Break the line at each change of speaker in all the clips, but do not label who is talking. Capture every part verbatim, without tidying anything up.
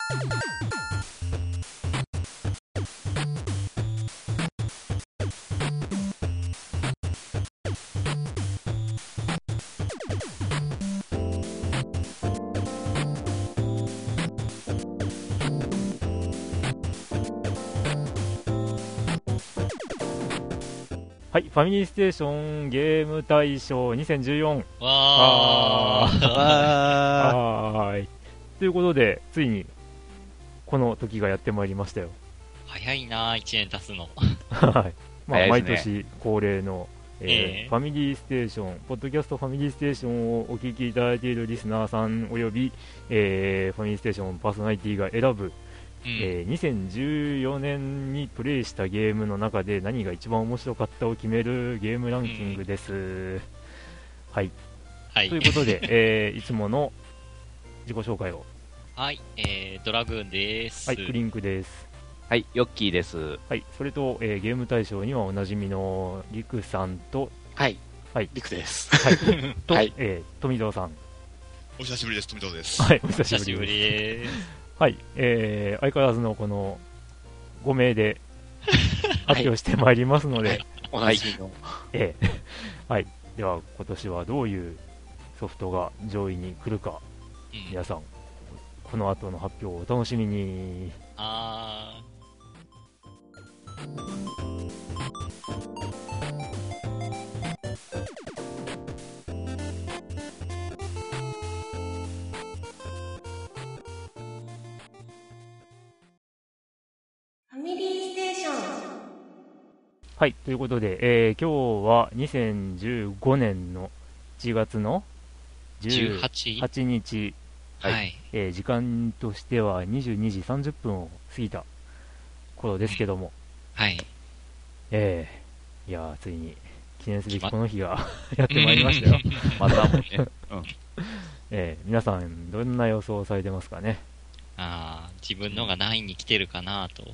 はい、ファミリーステーションゲーム大賞にせんじゅうよん。
わーわ
ーい。ということで、ついに、この時がやってまいりましたよ。
早いなぁ、いちねん経つの。
はい。まあ、
ね、
毎年恒例の、えー
えー、
ファミリーステーション、ポッドキャストファミリーステーションをお聞きいただいているリスナーさんおよび、えー、ファミリーステーションパーソナリティが選ぶ、
うん、
えー、にせんじゅうよねんにプレイしたゲームの中で何が一番面白かったを決めるゲームランキングです、うん、はい、
はい、
ということで、えー、いつもの自己紹介を。
はい、えー、ドラグーンです。
はい、クリンクです。
はい、ヨッキーです。
はい、それと、えー、ゲーム大賞にはおなじみのリクさんと、
はい、
はい、
リクです。
はい、と、
はい、
えー、富澤さん。
お久しぶりです、富澤です。
はい、お久
お久しぶ
しぶり
りです。
はい、えー、相変わらずのこのご名で発表してまいりますので、
おなじみの。
ええ、はい、では今年はどういうソフトが上位に来るか、
うん、
皆さん、この後の発表をお楽しみに。
あ
ファミリーステーション。
はい、ということで、えー、今日はにせんじゅうごねんのいちがつのじゅうはちにち、
はい、はい、
えー、時間としてはにじゅうにじさんじゅっぷんを過ぎた頃ですけども、
はい、
えー、いやー、ついに記念すべきこの日がやってまいりましたよ。
またもね、うん、
えー、皆さんどんな予想をされてますかね。
あー、自分のが何位に来てるかなと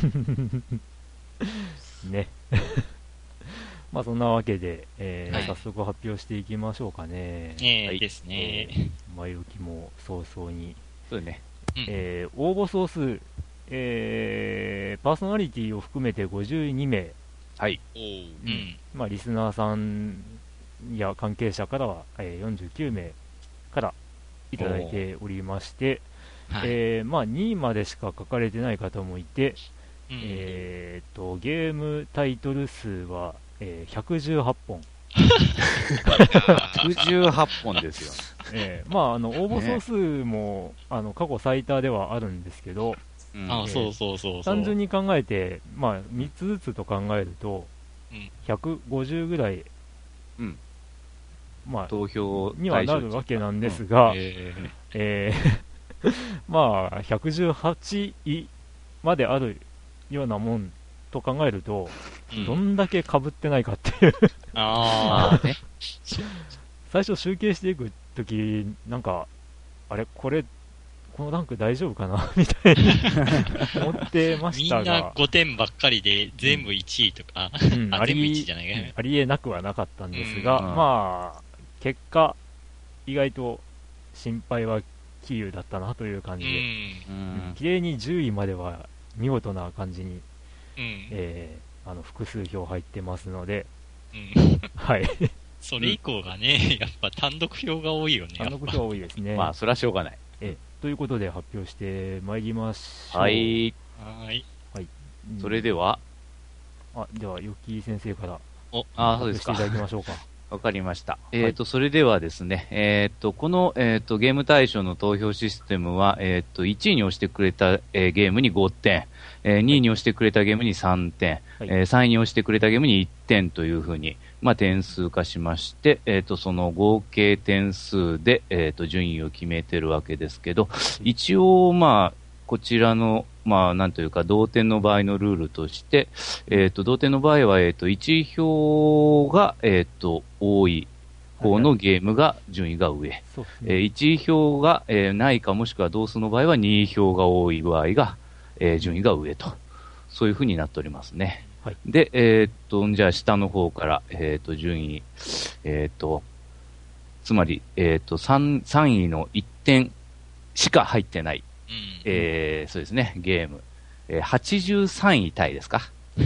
ねまあそんなわけで、えー
はい、
早速発表していきましょうかね。
えー、
はい、
ですね、
えー、前置きも早々に。
そうね、
えー、応募総数、えー、パーソナリティを含めてごじゅうにめい、
はい、
おー、
うん、まあリスナーさんや関係者からは、えー、よんじゅうきゅうめいからいただいておりまして、はい、えー、まあにいまでしか書かれてない方もいて、うん、えー、とゲームタイトル数は、えー、ひゃくじゅうはっぽん
ひゃくじゅうはっぽんですよ、
えー、まああの応募総数も、ね、あの過去最多ではあるんですけど、
うん、あ、えー、そうそうそうそう、
単純に考えて、まあ、みっつずつと考えると、うん、ひゃくごじゅうぐらい、
うん、
まあ、
投票
にはなるわけなんですが、うん、えーえー、まあひゃくじゅうはちいまであるようなもんと考えると、うん、どんだけ被ってないかっていう
あ、ね、
最初集計していくときなんかあれこれこのランク大丈夫かなみたいに思ってましたが、
みんなごてんばっかりで全部いちいとか、うん、あ, あ全部いちじゃないか、
ありえなくはなかったんですが、うん、まあ結果意外と心配は杞憂だったなという感じで、うん、綺麗にじゅういまでは見事な感じに、うん、えー、あの複数票入ってますので、うん、はい
それ以降がね、やっぱ単独票が多いよね。
単独票多いですね。
まあそれはしょうがない。
えということで発表してまいりましょう。
はい。
はい。
はい。
それでは、
あ、では、よき先生から
お、あ、そうですか。
発表していただきましょうか。
わかりました。えっと、それではですね、えっと、この、えっと、ゲーム大賞の投票システムは、えっと、いちいに押してくれた、えー、ゲームにごてん、えー、にいに押してくれたゲームにさんてん、はい、えー、さんいに押してくれたゲームにいってんというふうに、まあ、点数化しまして、えっと、その合計点数で、えっと、順位を決めてるわけですけど、一応、まあ、こちらの、まあ、なんというか、同点の場合のルールとして、えっと、同点の場合は、えっと、いち票が、えっと、多い方のゲームが順位が上。はいはい、えー、いち票が、えー、ないかもしくは同数の場合はに票が多い場合が、えー、順位が上と。そういうふうになっておりますね。はい、で、えー、っと、じゃあ下の方から、えー、っと、順位、えー、っと、つまり、えー、っと、3、さんいのいってんしか入ってないえー、そうですね、ゲーム。えー、はちじゅうさんいタイですか。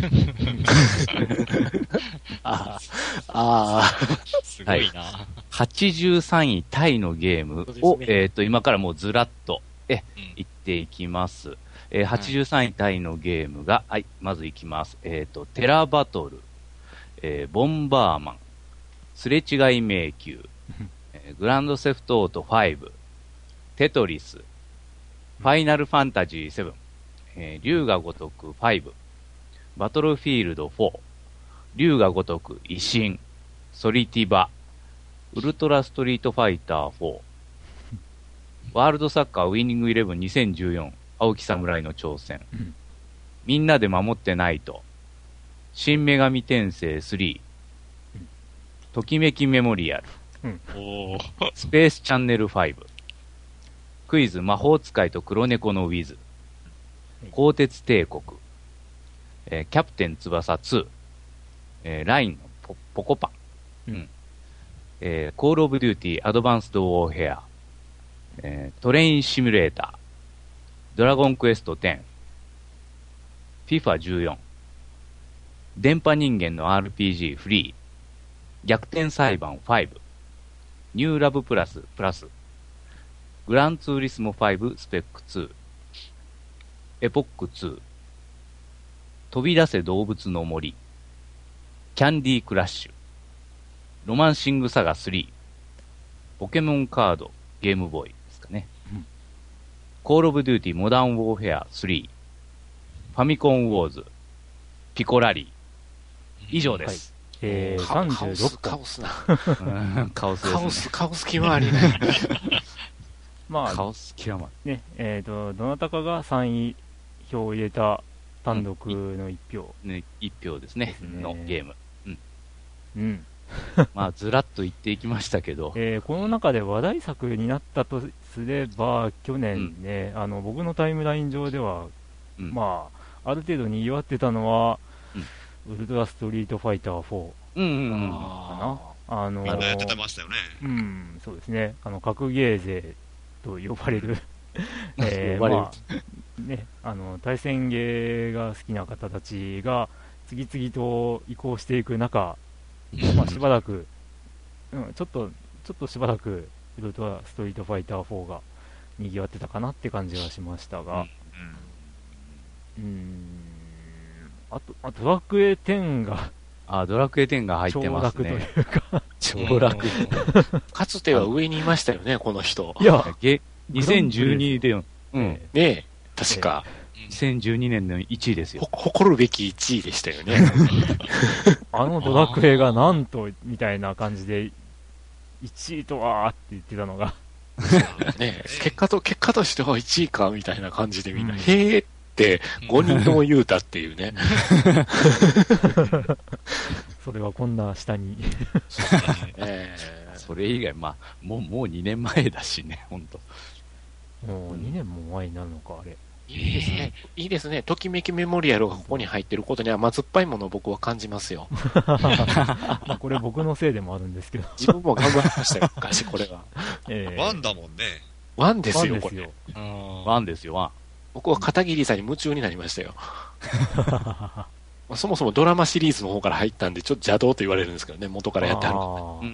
ああ、
すごいな、はい、
はちじゅうさんいタイのゲームを、ね、えっ、ー、と、今からもうずらっと、え、うん、言っていきます。えー、はちじゅうさんいタイのゲームが、はい、まずいきます。えっ、ー、と、テラバトル、えー、ボンバーマン、すれ違い迷宮、えー、グランドセフトオートファイブ、テトリス、ファイナルファンタジーセブン、えー、竜が如くファイブ、バトルフィールドフォー、竜が如く維新、ソリティバ、ウルトラストリートファイターフォー、ワールドサッカーウィニングイレブンにせんじゅうよん、青木侍の挑戦、うん、みんなで守ってないと、新女神転生スリー、うん、ときめきメモリアル、うん、スペースチャンネルファイブ、クイズ魔法使いと黒猫のウィズ、鋼鉄帝国、えー、キャプテン翼ツー、えー、ラインの ポ, ポコパン、うんえー、コールオブデューティーアドバンスドウォーヘア、えー、トレインシミュレーター、ドラゴンクエストテン、フィファじゅうよん、電波人間の アールピージー フリー、逆転裁判ファイブ、ニューラブプラスプラス、グランツーリスモファイブスペックツー、エポックツー、飛び出せ動物の森、キャンディークラッシュ、ロマンシングサガスリー、ポケモンカード、ゲームボーイですかね。うん、コールオブデューティーモダンウォーフェアスリー、ファミコンウォーズ、ピコラリー。以上です。
はい、えー、さんじゅうろっぽん。
カオスな。
カオスですね。
カオス、カオス極まりない。
まあ、
カオス極まり。
ね、えっ、ー、と、どなたかがさんい票を入れた単独のいち票。
ね、いち票ですね。ですねのゲーム。うん。
うん。
まあ、ずらっと言っていきましたけど。
えー、この中で話題作になったとすれば、去年ね、うん、あの、僕のタイムライン上では、うん、まあ、ある程度にぎわってたのは、うん、ウルトラストリートファイターフォー。
うんうんうん。
かな。あの
ー、やってましたよね。
うん、そうですね。あの、格ゲー勢と呼ばれる、えー、まあ、ね、あの、対戦ゲーが好きな方たちが、次々と移行していく中、まあ、しばらく、うん、ちょっと、ちょっとしばらく、ウルトラストリートファイターフォーが賑わってたかなって感じがしましたが、うん、うーん、あと、あドラクエテンが、
あ、ドラクエテンが入ってますね。
凋落というか、
凋落。
かつては上にいましたよね、この人。
いや、
にせんじゅうにで、うん。
ねえ、確か。
にせんじゅうにねんのいちいですよ。
誇るべきいちいでしたよね。
あのドラクエがなんと、みたいな感じで、いちいとはーって言ってたのが。
ね、結果と、結果としてはいちいか、みたいな感じでみんな、うん、へーってごにんとも言うたっていうね。
それはこんな下に。
えー、それ以外、まあ、もう、もうにねんまえだしね、ほんと。
もうにねんも前になるのか、あれ。
いいですね。いいですね。ときめきメモリアルがここに入ってることには甘酸っぱいものを僕は感じますよ。
まあこれ僕のせいでもあるんですけど。
自分も頑張りましたよ、昔これは。
えー、ワンだもんね。
ワンですよ、これ。
ワンですよ、ワン。
僕は片桐さんに夢中になりましたよ。そもそもドラマシリーズの方から入ったんで、ちょっと邪道と言われるんですけどね、元からやってはるので。うん、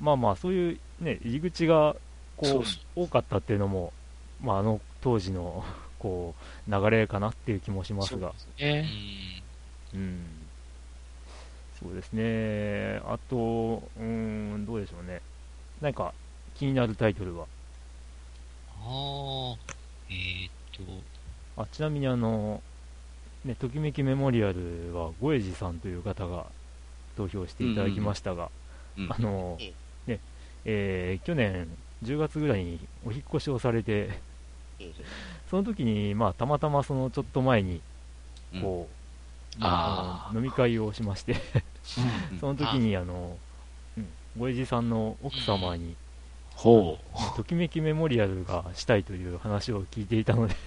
まあまあ、そういうね、入り口が、こう、多かったっていうのも、まあ、あの当時のこう流れかなっていう気もしますが、そうですね、うん、そうですね。あと、うーん、どうでしょうね。何か気になるタイトルは？
ああ、えー、っ
と、あちなみにあのね、ときめきメモリアルはゴエジさんという方が投票していただきましたが、うんうん、あのね、えー、去年じゅうがつぐらいにお引っ越しをされて、その時に、まあ、たまたまそのちょっと前にこう、うん、あ飲み会をしましてその時にあの、うん、ごえじさんの奥様に、
ほ
うときめきメモリアルがしたいという話を聞いていたので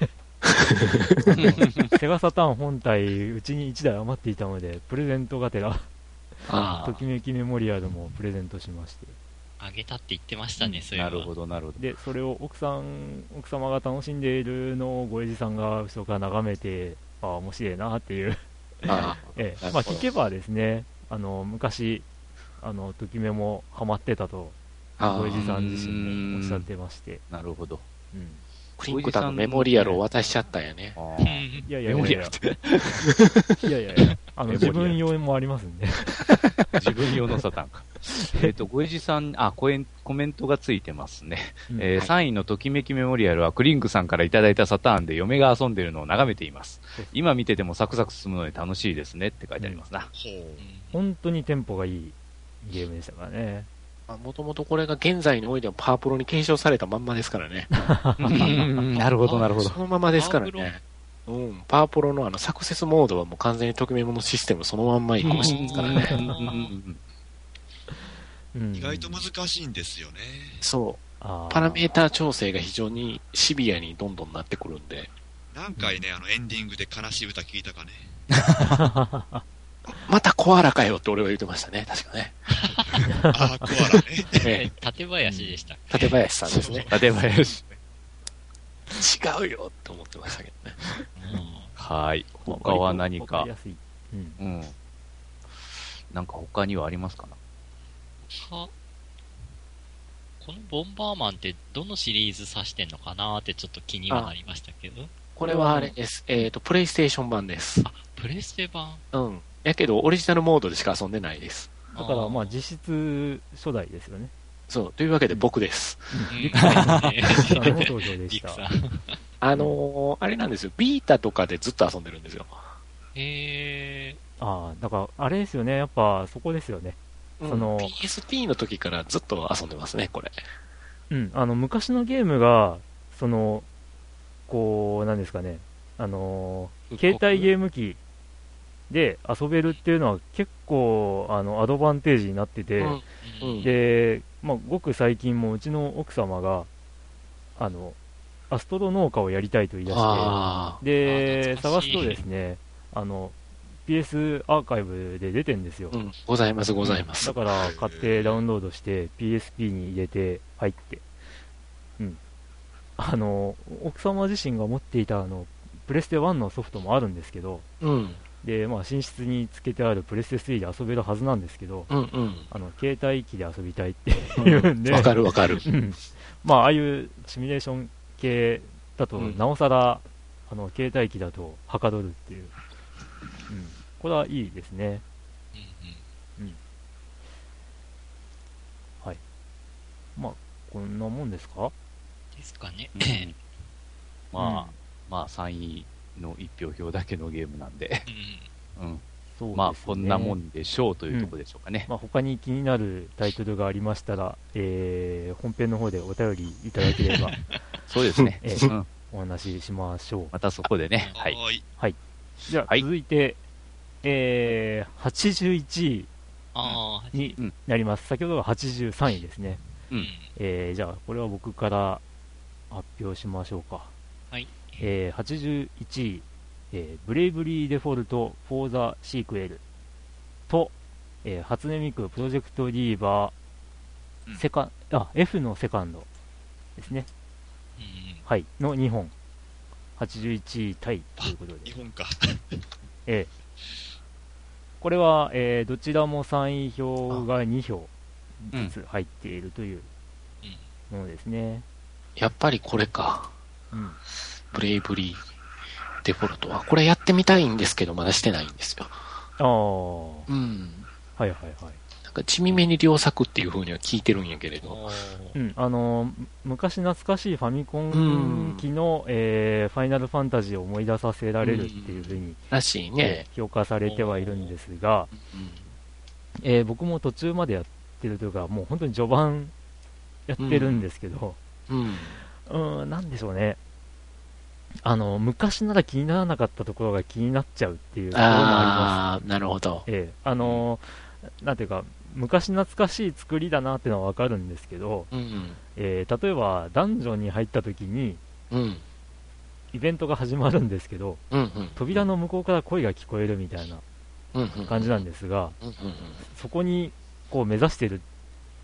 セガサターン本体うちにいちだい余っていたのでプレゼントがてらときめきメモリアルもプレゼントしまして、
あげたって言ってましたね、うん、そういうの。
なるほど、なるほど。
で、それを奥さん、奥様が楽しんでいるのをごえじさんが後ろから眺めて、ああ、面白いなっていう。
あ
ええ、まあ聞けばですね、あの、昔、あの、ときめもハマってたと、ごえじさん自身もおっしゃってまして。
なるほど。
うん。
クリンクタのメモリアルを渡しちゃったんやね。
いやいやいやいや。いやいやいや。あの、自分用もありますんで。
自分用のサタンか。えっと、ごえじさん、あ、コメン、コメントがついてますね。うん、えーはい、さんいのときめきメモリアルはクリンクさんからいただいたサターンで嫁が遊んでるのを眺めています。今見ててもサクサク進むので楽しいですねって書いてありますな。うん、
本当にテンポがいいゲームでしたからね。
もともとこれが現在においてはパワープロに継承されたまんまですからね。
なるほど、なるほど。
そのままですからね。うん。パワープロのあのサクセスモードはもう完全にときめものシステムそのまんま移行してますからね。
意外と難しいんですよね。
そう。パラメーター調整が非常にシビアにどんどんなってくるんで。
何回ね、あのエンディングで悲しい歌聞いたかね。
またコアラかよって俺は言ってましたね、確かね。
ああ、コアラね。
館林でした。
館林さんですね。
館林。
違うよって思ってましたけどね。
はい。他は何か。
うん。
うん。なんか他にはありますかな？
は、このボンバーマンってどのシリーズ指してんのかなーってちょっと気にはなりましたけど。
これはあれです。えっと、プレイステーション版です。
あ、プレイステ版？
うん。やけど、オリジナルモードでしか遊んでないです。
だから、まあ、実質初代ですよね。
そう。というわけで僕です。
リクさんの登場でした。
あのー、あれなんですよ。ビータとかでずっと遊んでるんですよ。
へ
ー。ああ、だから、あれですよね。やっぱ、そこですよね。
うん、
その
ピーエスピー の時からずっと遊んでますね、これ。
うん。あの、昔のゲームが、その、こう、なんですかね。あのー、携帯ゲーム機で遊べるっていうのは結構あのアドバンテージになってて、うんうん、で、まあ、ごく最近もうちの奥様があのアストロ農家をやりたいと言い出してで探すとですねあの ピーエス アーカイブで出てるんですよ、
うん、ございますございます。
だから買ってダウンロードして ピーエスピー に入れて入って、うん、あの奥様自身が持っていたあのプレステワンのソフトもあるんですけど、
うん
でまあ、寝室につけてあるプレステスリーで遊べるはずなんですけど、
うんうん、
あの携帯機で遊びたいっていうんで、
わ、うん、かるわかる、
うん、まあああいうシミュレーション系だと、うん、なおさらあの携帯機だとはかどるっていう、うん、これはいいですね、うんうんうん、はい、まあこんなもんですか
ですかね、
うん、まあ、うん、まあさんいの一票票だけのゲームなんで、うん、そうですね、まあこんなもんでしょうというところでしょうかね。
うん、まあ、他に気になるタイトルがありましたら、えー、本編の方でお便りいただければ
そうですね、
えーうん、お話ししましょう。
またそこでね。はい。
はい。じゃあ、はい、続いて、えー、はちじゅういちいになります。先ほどははちじゅうさんいですね。
うん、
えー、じゃあこれは僕から発表しましょうか。
はい。
えー、はちじゅういちい、えー、ブレイブリーデフォルトフォーザシークエルと、えー、初音ミクプロジェクトリーバー、うん、セカあ F のセカンドですね、
うん、
はいのにほんはちじゅういちいタイということで
にほんか、
えー、これは、えー、どちらもさんい票がに票ずつ入っているというものですね。
やっぱりこれか、
うん、
ブレイブリーデフォルトはこれやってみたいんですけどまだしてないんですよ。
ああ、
うん、
はいはいはい。
なんか地味めに良作っていう風には聞いてるんやけれど、
うん、あのー、昔懐かしいファミコン機の、うん、えー、ファイナルファンタジーを思い出させられるっていう風に、うん、
らしいね、
えー、評価されてはいるんですが、うん、えー、僕も途中までやってるというかもう本当に序盤やってるんですけど、
うん
うん、なんでしょうね、あの昔なら気にならなかったところが気になっちゃうっていうところもあります。
ああ、なるほど。
ええ、あのー、なんていうか昔懐かしい作りだなっていうのはわかるんですけど、
うんうん、
えー、例えばダンジョンに入った時に、
うん、
イベントが始まるんですけど、
うんうん、
扉の向こうから声が聞こえるみたいな感じなんですが、
うんうんうん、
そこにこう目指してる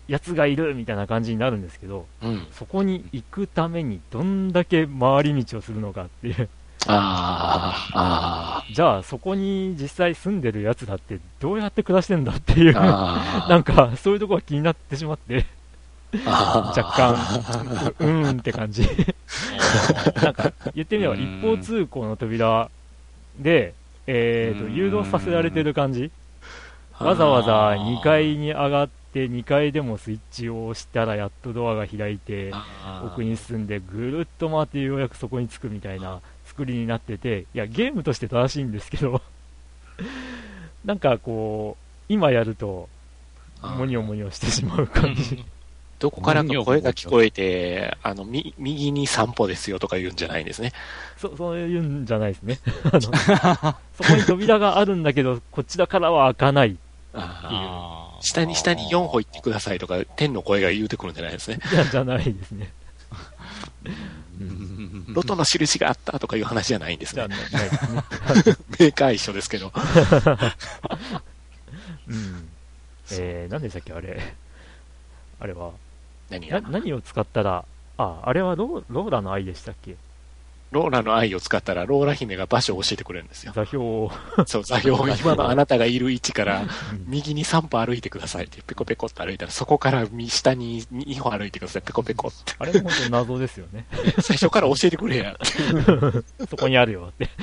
やつがいるみたいな感じになるんですけど、
うん、
そこに行くためにどんだけ回り道をするのかっていう
ああ
じゃあそこに実際住んでるやつだってどうやって暮らしてんだっていうなんかそういうところが気になってしまって若干うーんって感じなんか言ってみれば一方通行の扉で、えーと誘導させられてる感じ、わざわざにかいに上がってにかいでもスイッチを押したらやっとドアが開いて奥に進んでぐるっと回ってようやくそこに着くみたいな作りになってて、いやゲームとして正しいんですけどなんかこう今やるとモニョモニョしてしまう感じ
どこからか声が聞こえてあのみ右に散歩ですよとか言うんじゃないんですね。
そそういうんじゃないですねあのそこに扉があるんだけどこっちだからは開かないっていう
あ
下に下によん歩行ってくださいとか天の声が言うてくるんじゃないですね。
じゃじゃないですね
ロトの印があったとかいう話じゃないんですね。
じゃないですね
メーカー一緒ですけど
うんえー、何でしたっけあれあれは
何が
な何を使ったらああれはローローラの愛でしたっけ。
ローラの愛を使ったらローラ姫が場所を教えてくれるんですよ。
座標を
そう座標を今のあなたがいる位置から右にさん歩歩いてくださいってペコペコって歩いたらそこから下にに歩歩いてくださいペコペコって
あれも本当謎ですよね
最初から教えてくれや
そこにあるよって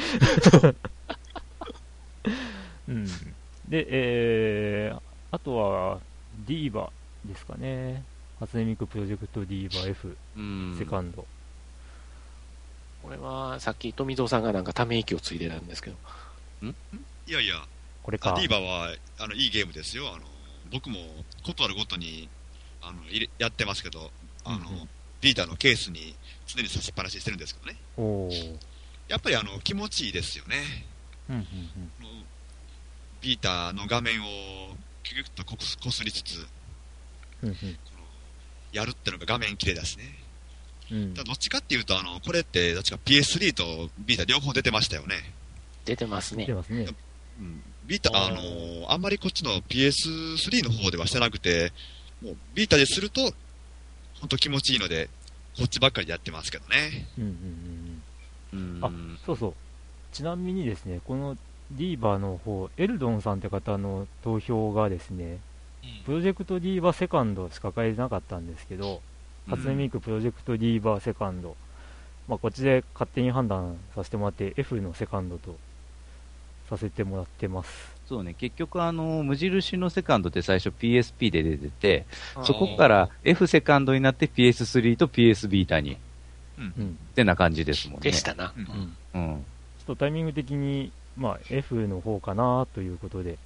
うんでえー、あとはディーバですかね。初音ミクプロジェクト ディーバ F セカンド。
これはさっき富蔵さんがなんかため息をついてたんですけど、
んいやいや、
これか。
ディーバはあのいいゲームですよ。あの僕もことあるごとにあの入れやってますけど、あの、うんうん、ビータのケースに常に差しっぱなししてるんですけどね。
お
やっぱりあの気持ちいいですよね。
うんうんうん、
ビータの画面をキュキュッとこす、こすりつつ、
うんうん、
やるってのが画面綺麗だしね。
うん、
だどっちかっていうとあのこれってどっちか ピーエススリー とビータ両方出てましたよね。
出てますね。
出てますね。
うん、ビータあのあんまりこっちの ピーエススリー の方ではしてなくて、もうビータですると本当気持ちいいのでこっちばっかりやってますけどね。
うんうんうん。あ、そうそう。ちなみにですね、このディーバの方、エルドンさんって方の投票がですね、うん、プロジェクトディーバセカンドしか書いてなかったんですけど、初音ミクプロジェクトディーバセカンド、まあ、こっちで勝手に判断させてもらって F のセカンドとさせてもらってます。
そうね、結局あの無印のセカンドって最初 ピーエスピー で出てて、そこから F セカンドになって ピーエススリー と ピーエス ビータに、うん、ってな感じですもんね。
でしたな。
うん、うん、ちょっとタイミング的に、まあ、F の方かなということで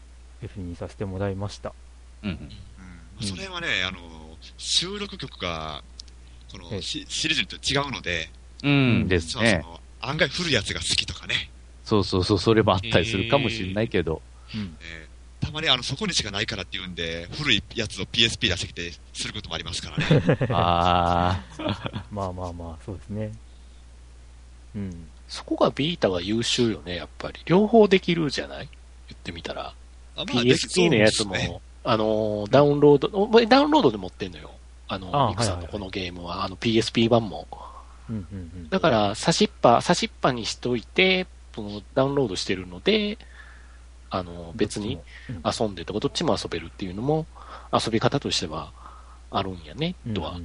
F にさせてもらいました。
うんうん
うん、それはね、あの収録曲がこのシリーズと違うので、
うんですね、
その案外古いやつが好きとかね。
そうそうそう、それもあったりするかもしれないけど、
えーうんえー、たまにあのそこにしかないからっていうんで古いやつを ピーエスピー 出してきてすることもありますからね。
あ
まあまあまあそうですね。うん。
そこがビータが優秀よね、やっぱり両方できるじゃない？言ってみたら、まあ、ピーエスピー のやつも、ね、あのダウンロードダウンロードで持ってんのよ。あのミクさんのこのゲームは、あの ピーエスピー 版も、
うんうんうん、
だから差しっぱ差しっぱにしといてそのダウンロードしてるので、あの別に遊んでとかどっちも遊べるっていうのも遊び方としてはあるんやね、うんうんうん、とは、うん、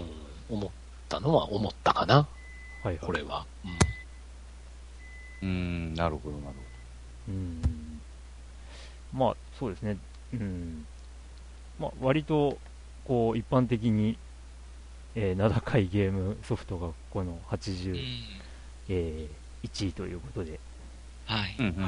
思ったのは思ったかな、はいはい、これは、
うん、うーんなるほどなるほど、
うん、まあそうですね、うん、まあ割とこう一般的に、えー、名高いゲームソフトがこのはちじゅういちいということで、
はい、
はい、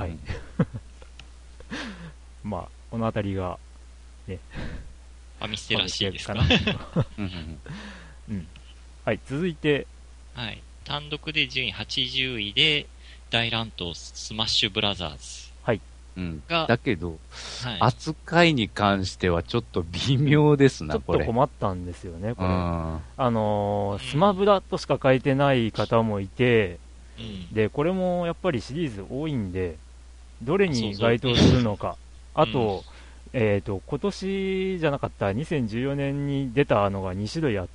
まあこのあたりがね
ファミステらしいですか
うん、はい、続いて、
はい、単独で順位はちじゅういで大乱闘スマッシュブラザーズ、
はいうん、だけど、はい、扱いに関してはちょっと微妙ですな、これ。
ちょっと困ったんですよね、これ。あのー、スマブラとしか書いてない方もいて、うん、で、これもやっぱりシリーズ多いんで、どれに該当するのか。あと、 えっ、と、今年じゃなかったにせんじゅうよねんに出たのがに種類あって、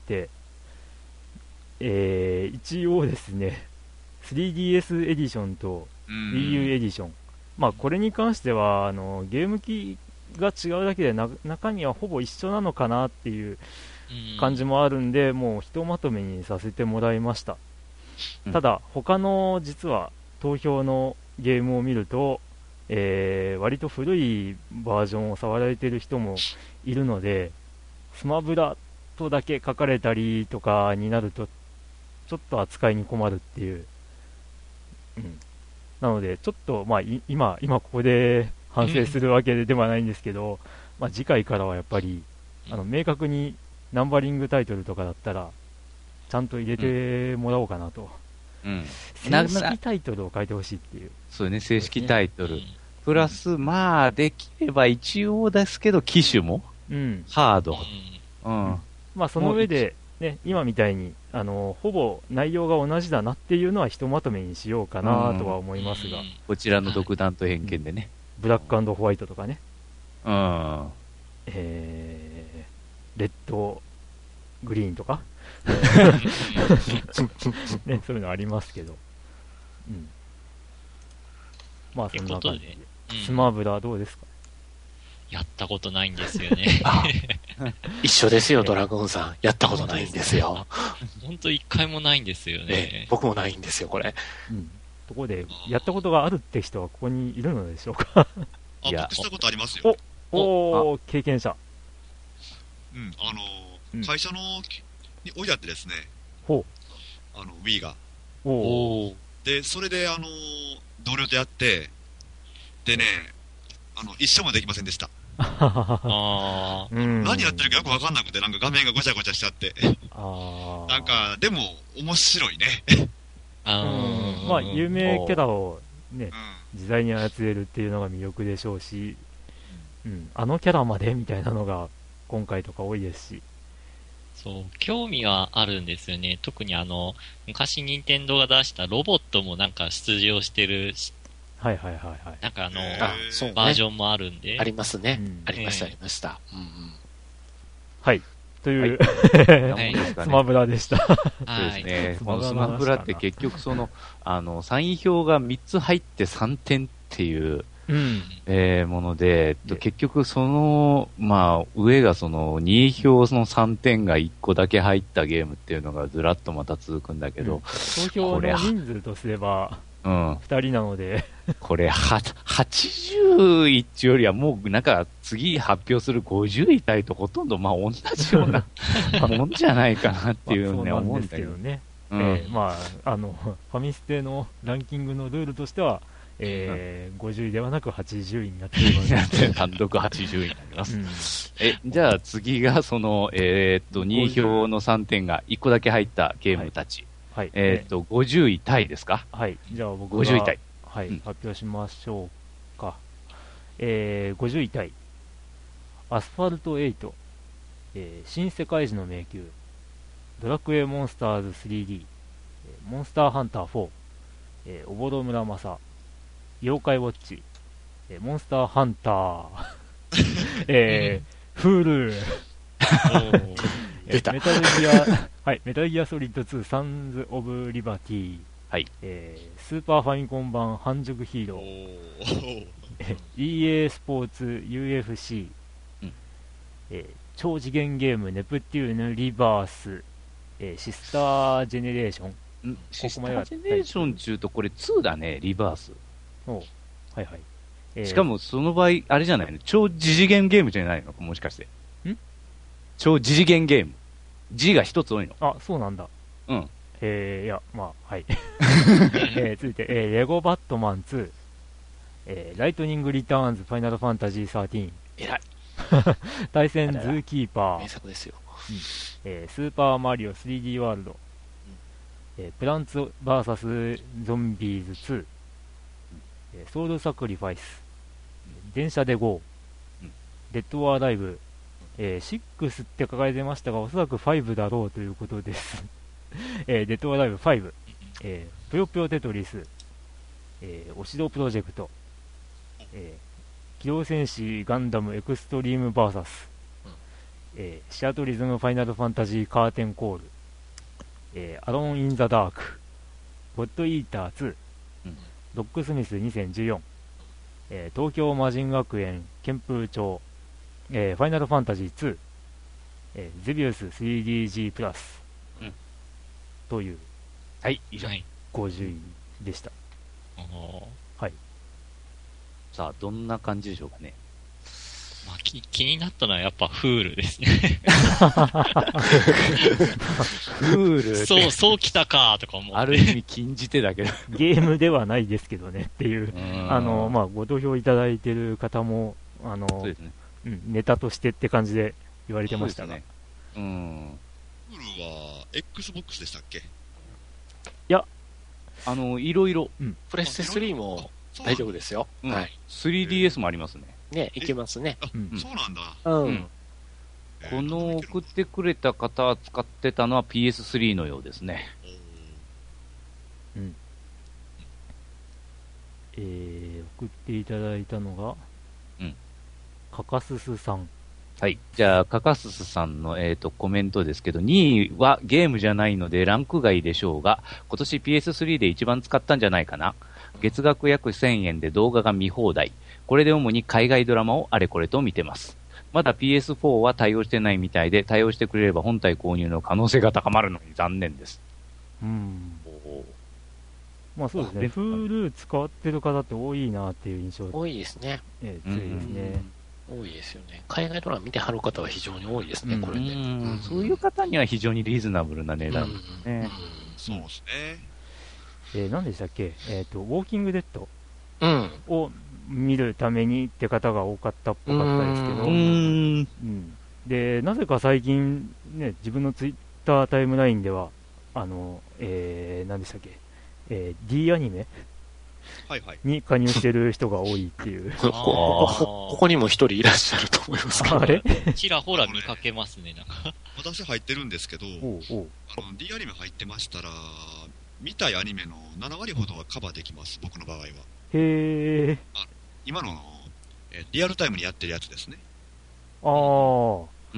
えー、一応ですね、スリーディーエス エディションと WiiU エディション、まあこれに関してはあのゲーム機が違うだけでな中身はほぼ一緒なのかなっていう感じもあるんで、もうひとまとめにさせてもらいました。ただ他の実は投票のゲームを見ると、えー、割と古いバージョンを触られている人もいるので、スマブラとだけ書かれたりとかになるとちょっと扱いに困るっていう、うん、なのでちょっと、まあ、今今ここで反省するわけではないんですけど、まあ、次回からはやっぱりあの明確にナンバリングタイトルとかだったらちゃんと入れてもらおうかなと、うん、正式タイトルを書いてほしいっていう。
そうね、正式タイトル、プラスまあできれば一応ですけど機種も、うん、ハード、うん、
まあその上でね、今みたいにあのほぼ内容が同じだなっていうのはひとまとめにしようかなとは思いますが、うん、
こちらの独断と偏見でね、
ブラック&ホワイトとかね、
うん、
えー、レッドグリーンとかね、そういうのありますけど、うん、まあそんな感じで、うん、スマブラどうですか？
やったことないんですよね
一緒ですよ、ドラゴンさん。やったことないんですよ。
本当一回もないんですよね。
ね、僕もないんですよ、これ。
うん。ところで、やったことがあるって人はここにいるのでしょうか？
あ、僕したことありますよ。
おお経験者。
うん、あの、うん、会社のに置いてあってですね。
ほ
う。あの、Wii が。
おお。
で、それで、あの、同僚とやって、でね、あの、一緒もできませんでした。
あ
何やってるかよくわかんなくて、なんか画面がごちゃごちゃしちゃって。
あ
なんか、でも、面白いね。
あまあ、有名キャラをね、うん、自在に操れるっていうのが魅力でしょうし、うん、あのキャラまでみたいなのが今回とか多いですし。
そう、興味はあるんですよね。特にあの、昔任天堂が出したロボットもなんか出場してるし、
はいはいはいはい。
なんかあの、
あそうね、
バージョンもあるんで。
ありますね。
うん、
ありました、ありました。うんうん、
はい。という、
はい、
スマブラでした。
そうですね。このスマブラって結局その、あの、サイン票がみっつ入ってさんてんっていう、うんえー、もので、結局その、まあ、上がそのに票のさんてんがいっこだけ入ったゲームっていうのがずらっとまた続くんだけど、うん、
投票の人数とすれば、うん、ふたりなので
これははちじゅういちよりはもうなんか次発表するごじゅういたいとほとんどまあ同じようなもんじゃないかなっていうね、思うんだけどね。
うんえー、まああのファミステのランキングのルールとしては、えーうん、ごじゅういではなくはちじゅういになっています。
単独はちじゅういになります。うん、えじゃあ次がそのえー、っとに票のさんてんがいっこだけ入ったゲームたち。はいはい、えっ、ー、と、ごじゅういタイですか？
はい。じゃあ僕が
ごじゅういタイ。
はい、うん、発表しましょうか。えー、ごじゅういタイ。アスファルトエイト、えー、新世界樹の迷宮、ドラクエモンスターズ スリーディー、えー、モンスターハンターフォー、えー、おぼろ村正、妖怪ウォッチ、えー、モンスターハンター、えー、フールー、
出た
メタルギア、はい、メタルギアソリッドツーサンズ・オブ・リバティ、
はい
えー、スーパーファミコン版半熟ヒーロー、イーエー スポーツ ユーエフシー、うんえー、超次元ゲームネプテューヌリバース、えー、シスタージェネレーション、
うん、シスタージェネレーション中とこれツーだね、リバース。
おはいはい、
えー、しかもその場合あれじゃないの、超次次元ゲームじゃないのもしかして。
ん
超次次元ゲーム。G が一つ多いの。
あ、そうなんだ。
うん。
えー、いや、まあ、はい。えー、続いて、えー、レゴバットマンツー、えー、ライトニングリターンズファイナルファンタジーサーティーン。
えらい。
対戦ズーキーパー。
名作ですよ。
うんえー、スーパーマリオ スリーディー ワールド。うんえー、プランツ ブイエス ゾンビーズツー。えー、ソウルサクリファイス。電車で ゴー。うん、デッド・オア・ライブ。えー、シックスって書かれてましたが、おそらくファイブだろうということです。えー、デッドオアライブファイブ、えー、ぷよぷよテトリス、えー、おしろプロジェクト、えー、 機動戦士ガンダムエクストリームバーサス、えーシアトリズムファイナルファンタジーカーテンコール、えーアローン・イン・ザ・ダーク、ゴッド・イーターツー、
うん、
ロックスミスにせんじゅうよん、えー東京魔人学園剣風町、えーファイナルファンタジーツー、えーゼビウス スリーディージー プラス、
うん、
という
はい以上、
はい。
ごじゅういでした。
おー
はい。
さあどんな感じでしょうかね。
まあ、き気になったのはやっぱフールですね。
フール
そう、そうきたかとか思って。
ある意味禁じ手だけど
ゲームではないですけどねっていう、あのまあ、ご投票いただいてる方もあの、
そうですね、
うん、ネタとしてって感じで言われてましたが、
ね、うん。
フルは Xbox でしたっけ？
いや、
あのいろいろ、
うん、
プレステスリーも大丈夫ですよ。
うん、
はい。
スリーディーエス もありますね。
ね、いけますね。
あ、
うん、
そうなんだ。
うん。
うん、この送ってくれた方は使ってたのは ピーエススリー のようですね。
うん。えー、送っていただいたのが、
うん。
カカススさん。
はい。じゃあ、カカススさんの、えーと、コメントですけど、にいはゲームじゃないのでランク外でしょうが、今年 ピーエススリー で一番使ったんじゃないかな。月額約せんえんで動画が見放題。これで主に海外ドラマをあれこれと見てます。まだ ピーエスフォー は対応してないみたいで、対応してくれれば本体購入の可能性が高まるのに残念です。
うん。
お
まあそうですね、Hulu 使ってる方って多いなっていう印象、
多いですね。
えー、強いですね。
多いですよね。海外ドラマ見てはる方は非常に多いですね、これで。
うんそういう方には非常にリーズナブルな値段ですね。
そうですね。
えー、何でしたっけ、えっ、ー、と、ウォーキングデッド
うん
を見るためにって方が多かったっぽかったですけど、
うーん
うん、で、なぜか最近、ね、自分のツイッタータイムラインでは、あの、えー、何でしたっけ、えー、D アニメ
はいはい。
に加入してる人が多いっていう。
こここここにも一人いらっしゃると思いますけど。
あれ
ちらほら見かけますね、なんか。
私入ってるんですけど、
おうおう
あの、D アニメ入ってましたら、見たいアニメのなな割ほどはカバーできます、僕の場合は。
へー。
今の、えリアルタイムにやってるやつですね。
あー。
うん。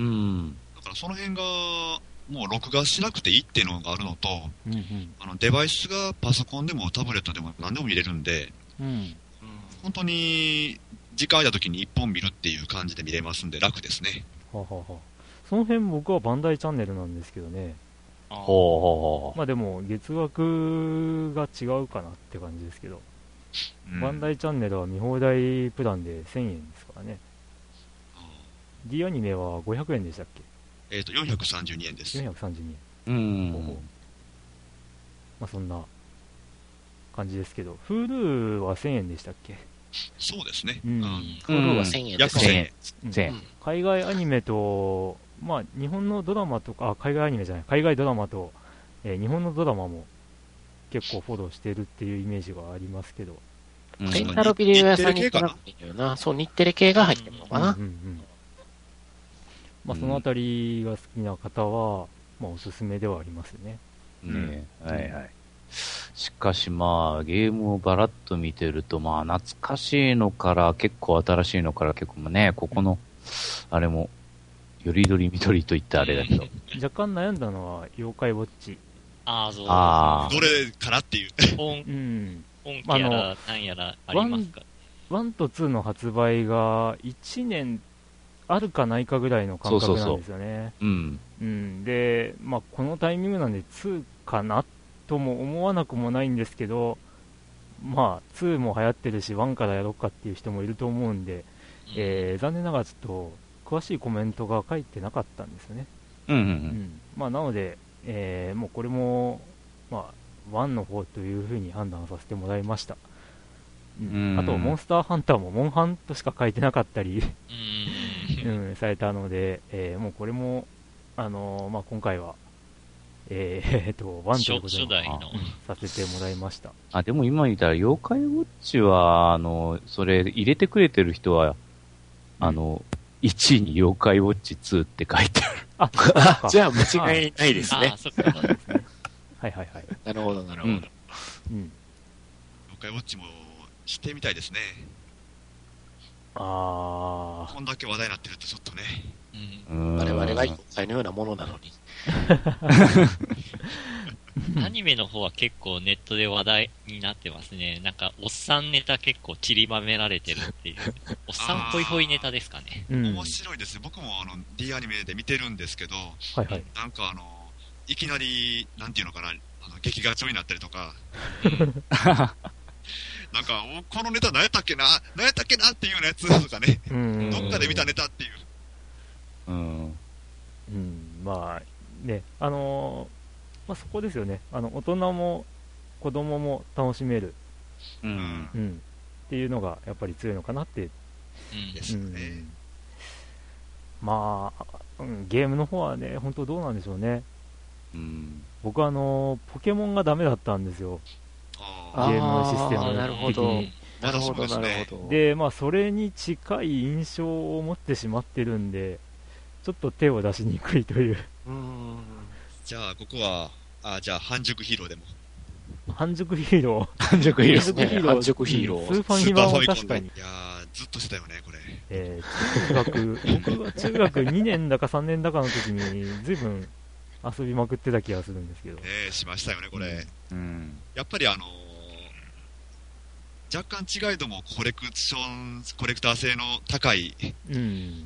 だからその辺が、もう録画しなくていいっていうのがあるのと、
うんうん
あのデバイスがパソコンでもタブレットでも何でも見れるんで、
うん
本当に時間空いた時に一本見るっていう感じで見れますんで楽ですね。
はははその辺僕はバンダイチャンネルなんですけどね。
あー
ほうほうほう。
まあでも月額が違うかなって感じですけど、
うん
バンダイチャンネルは見放題プランでせんえんですからね。
あ
D アニメはごひゃくえんでしたっけ？
えっ、と、よんひゃくさんじゅうにえんです。
よんひゃくさんじゅうにえん。
うん。
ほうほうまあそんな感じですけど、Hulu はせんえんでしたっけ？
そうですね。
うん
あの
フルはせんえんです
約せんえん。
うん
せんえん。
海外アニメと、まあ日本のドラマとか、あ、海外アニメじゃない、海外ドラマと、えー日本のドラマも結構フォローしてるっていうイメージがありますけど、
うん
レンタルビデオ屋さんに行かなくていいよな。そう、日テレ系が入ってるのかな。
うんうんうんまあ、そのあたりが好きな方は、まあ、おすすめではありますね。
ねえ、はいはい。しかしまあ、ゲームをバラッと見てると、まあ、懐かしいのから結構新しいのから結構ね、ここの、あれも、よりどりみどりといったあれだけど。
若干悩んだのは、妖怪ウォッチ。
ああ、そう。
あ
どれかなっていう。
本、
うん。
本家やら、なんやらありますか？
ワンとツーの発売がいちねんあるかないかぐらいの感覚なんですよね。
うん。
うん。で、まあ、このタイミングなんでツーかなとも思わなくもないんですけど、まあ、ツーも流行ってるし、ワンからやろうかっていう人もいると思うんで、えー、残念ながらちょっと、詳しいコメントが書いてなかったんですよね。
うんう。
うんん。まあ、なので、えー、もうこれも、まあ、ワンの方というふうに判断させてもらいました。うん
うん
あと、モンスターハンターもモンハンとしか書いてなかったり、
うん。
うん、されたので、えーもうこれも、あのーまあ、今回は、えーえーっと、ワンということで
初代の。
させてもらいました。
あ、でも今言ったら、妖怪ウォッチは、あの、それ入れてくれてる人は、あの、いちいに妖怪ウォッチツーって書いてある。
あ、そっか
じゃあ間違いないですね
ああ、。そっか。
はいはいはい。
なるほど、なるほど。
うん
うん。
妖怪ウォッチもしてみたいですね。
あ
こんだけ話題になってるとちょっとね。
うん。
我々が妖怪のようなものなのに。
アニメの方は結構ネットで話題になってますね。なんか、おっさんネタ結構散りばめられてるっていう。おっさんホイホイネタですかね。
うん。
面白いですね。僕もあの D アニメで見てるんですけど、
はいはい。
なんかあの、いきなり、なんていうのかな、あの劇画調になったりとか、なんか、おこのネタ何やったっけな、何やったっけなっていうようなやつとかね、
うん。
どっかで見たネタっていう。
うん。
うん。まあ、ね、あのー、まあそこですよね。あの、大人も子供も楽しめる。
う。
うんん。
うん。っていうのがやっぱり強いのかなって。
うん
で。すよね。
うん、まあ、うん、ゲームの方はね、本当どうなんでしょうね。
うん。
僕はあのー、ポケモンがダメだったんですよ。
あ
ゲームのシステム
あーなるほど
的に。
なるほど、
私もですね
なるほど。
で、まあ、それに近い印象を持ってしまってるんで、ちょっと手を出しにくいという。
うーん。
じゃあ、ここは、あじゃあ、半熟ヒーローでも。
半熟ヒーロー。
半熟ヒーロー。
半熟ヒーロー。
半熟ヒーロー
スーファミ版は確かに。
いやー、ずっとしてたよね、これ。
えー、中学、僕が中学にねんだかさんねんだかの時に、ずいぶん遊びまくってた気がするんですけど。
ねえ、しましたよね、これ。
うん。
やっぱりあのー、若干違いどもコレクション、コレクター性の高い
うん。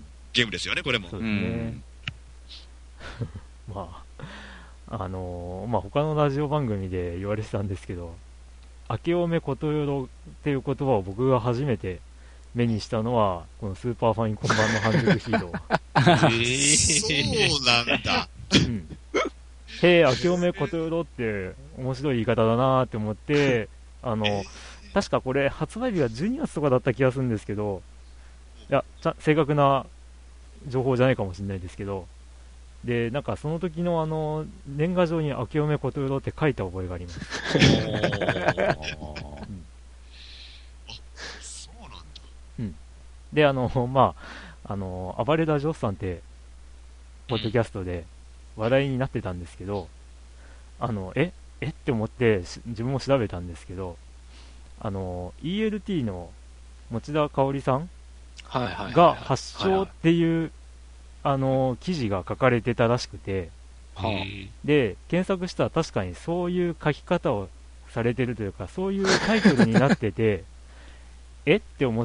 ゲームですよね、これも。
そう
う
ですね。
ん。
まあ、あのーまあ、他のラジオ番組で言われてたんですけど、明けおめことよろっていう言葉を僕が初めて目にしたのは、このスーパーファインコン版の半熟ヒーロー。
そうなんだ。
うんへえ、明けおめことよろって面白い言い方だなーって思って、あの、確かこれ発売日がじゅうにがつとかだった気がするんですけど、いや、ちゃ正確な情報じゃないかもしれないですけど、で、なんかその時のあの、年賀状に明けおめことよろって書いた覚えがあります。
そうなんだ。
で、あの、まあ、あの、暴れラジオスさんって、ポッドキャストで話題になってたんですけど、あの、ええって思ってし自分も調べたんですけど、あの、イーエルティー の持田香織さん
はいはいはい。
が発祥っていう、あの、記事が書かれてたらしくて、
は
で、検索したら確かにそういう書き方をされてるというか、そういうタイトルになってて、えって思って、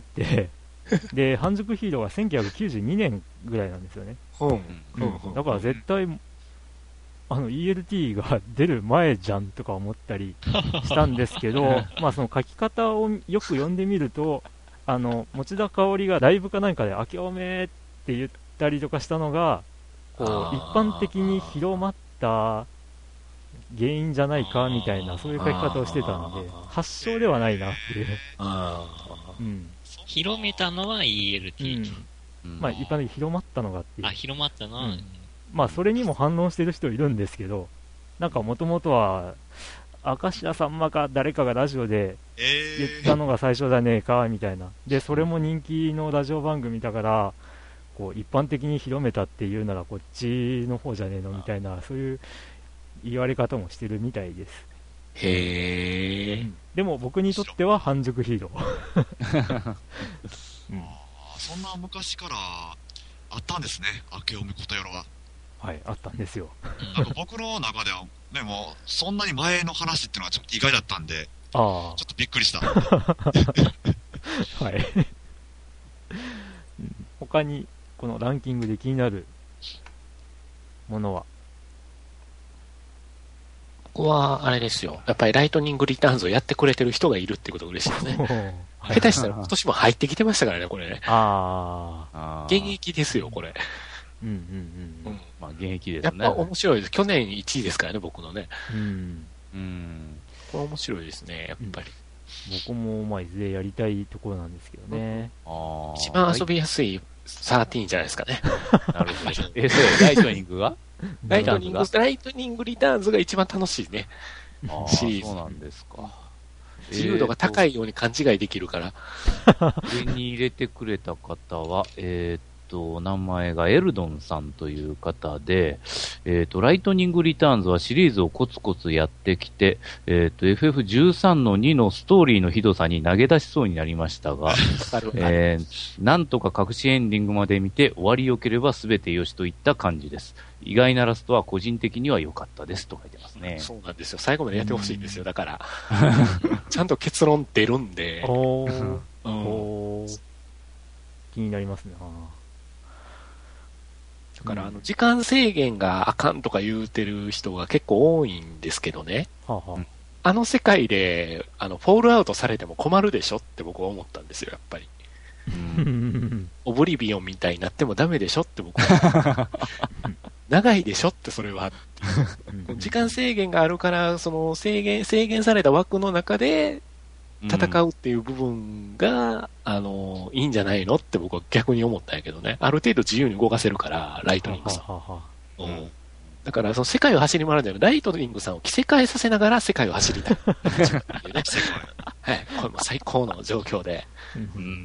で、半熟ヒーローはせんきゅうひゃくきゅうじゅうにねんぐらいなんですよね。
うん。
うん
うん
だから絶対、あの イーエルティー が出る前じゃんとか思ったりしたんですけど、まあその書き方をよく読んでみると、あの持田香織がライブか何かで明けおめって言ったりとかしたのが、こう
あー
一般的に広まった原因じゃないかみたいな、そういう書き方をしてたんで、発祥ではないなっていう。
あ
うん。
広めたのは イーエルティー。
うん
まあ一般的に広まったのがっていう
あ、。広まったのは、
うんまあそれにも反応してる人いるんですけど、なんかもともとは、明石家さんまか誰かがラジオで
え
言ったのが最初だねえかみたいな。で、それも人気のラジオ番組だから、こう一般的に広めたっていうならこっちの方じゃねえのみたいな、そういう言われ方もしてるみたいです。
ーへえ。
でも僕にとっては半熟ヒーロー。うん、
あーそんな昔からあったんですね、明けおめことよろは。
はい、あったんですよ。
なんか僕の中では、ね、もう、そんなに前の話っていうのはちょっと意外だったんで、
あ
ちょっとびっくりした。
あ、はい。うん他に、このランキングで気になるものは、
ここは、あれですよ。やっぱりライトニングリターンズをやってくれてる人がいるってことが嬉しいですね。
はい
下手したら今年も入ってきてましたからね、これね。
ああ、
あー
現役ですよ、これ。
うんうん
うん。
まあ、現役ですね。
やっぱ面白いです。去年いちいですからね、僕のね。
うん。うん。
うん。
これ面白いですね、やっぱり。
僕も、まあ、いずれやりたいところなんですけどね。
ああ。
一番遊びやすいじゅうさんじゃないですかね。
なるほど。え、そう、ライトニングが
ライトニング
リターンズ、
ライトニングリターンズが一番楽しいね。
あー
シリーズ
そうなんですか。
自由度が高
い。
いように勘違いできるから。
上に入れてくれた方は、えーっと、名前がエルドンさんという方で、えっと、ライトニングリターンズはシリーズをコツコツやってきて、えっと、エフエフじゅうさん のにのストーリーのひどさに投げ出しそうになりましたが、えー、なんとか隠しエンディングまで見て終わり良ければ全て良しといった感じです。意外なラストは個人的には良かったですと書いてますね。
そうなんですよ。最後までやってほしいんですよ。だから。ちゃんと結論出るんで。
おー。
うん、
おー。気になりますね。
だから、あの、時間制限があかんとか言うてる人が結構多いんですけどね。
はあはあ、
あの世界で、あの、フォールアウトされても困るでしょって僕は思ったんですよ、やっぱり。うん、オブリビオンみたいになってもダメでしょって僕は。長いでしょってそれは。時間制限があるから、その制限、制限された枠の中で戦うっていう部分が、うん、あの、いいんじゃないのって僕は逆に思ったんやけどね。ある程度自由に動かせるから、ライトニングさん。はははうん、だから、その世界を走り回るんだよ。ライトニングさんを着せ替えさせながら世界を走りたい。ね、はい。これも最高の状況で。
うん、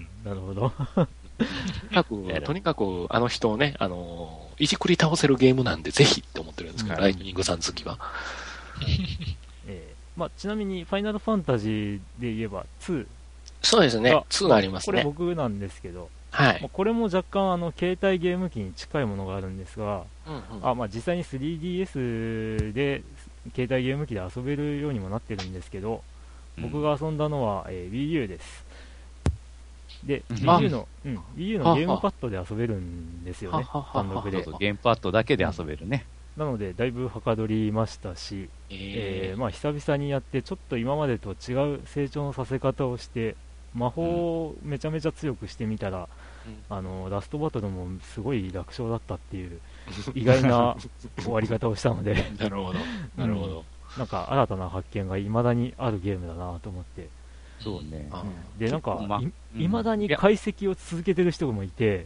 なるほど。
とにかく、とにかく、あの人をね、あの、いじくり倒せるゲームなんで、ぜひって思ってるんですから、うん、ライトニングさん好きは。
えーまあ、ちなみに、ファイナルファンタジーで言えば、ツー。
そうですね、ツーがありますね。
これ僕なんですけど、
はい。
まあ、これも若干、あの、携帯ゲーム機に近いものがあるんですが、うんうん、あまあ、実際に スリーディーエス で、携帯ゲーム機で遊べるようにもなってるんですけど、僕が遊んだのは、えー、Wii U です。で、Wii U の、うん、Wii U のゲームパッドで遊べるんですよね、単独で。
そうそう、ゲームパッドだけで遊べるね。
なので、だいぶはかどりましたし、えーえーまあ、久々にやって、ちょっと今までと違う成長のさせ方をして、魔法をめちゃめちゃ強くしてみたら、うん、あのラストバトルもすごい楽勝だったっていう意外な終わり方をしたので
なるほど、なるほど、
うん、なんか新たな発見がいまだにあるゲームだなと思って。
そうね、
うん、でなんか、ま、い, いまだに解析を続けてる人もいて、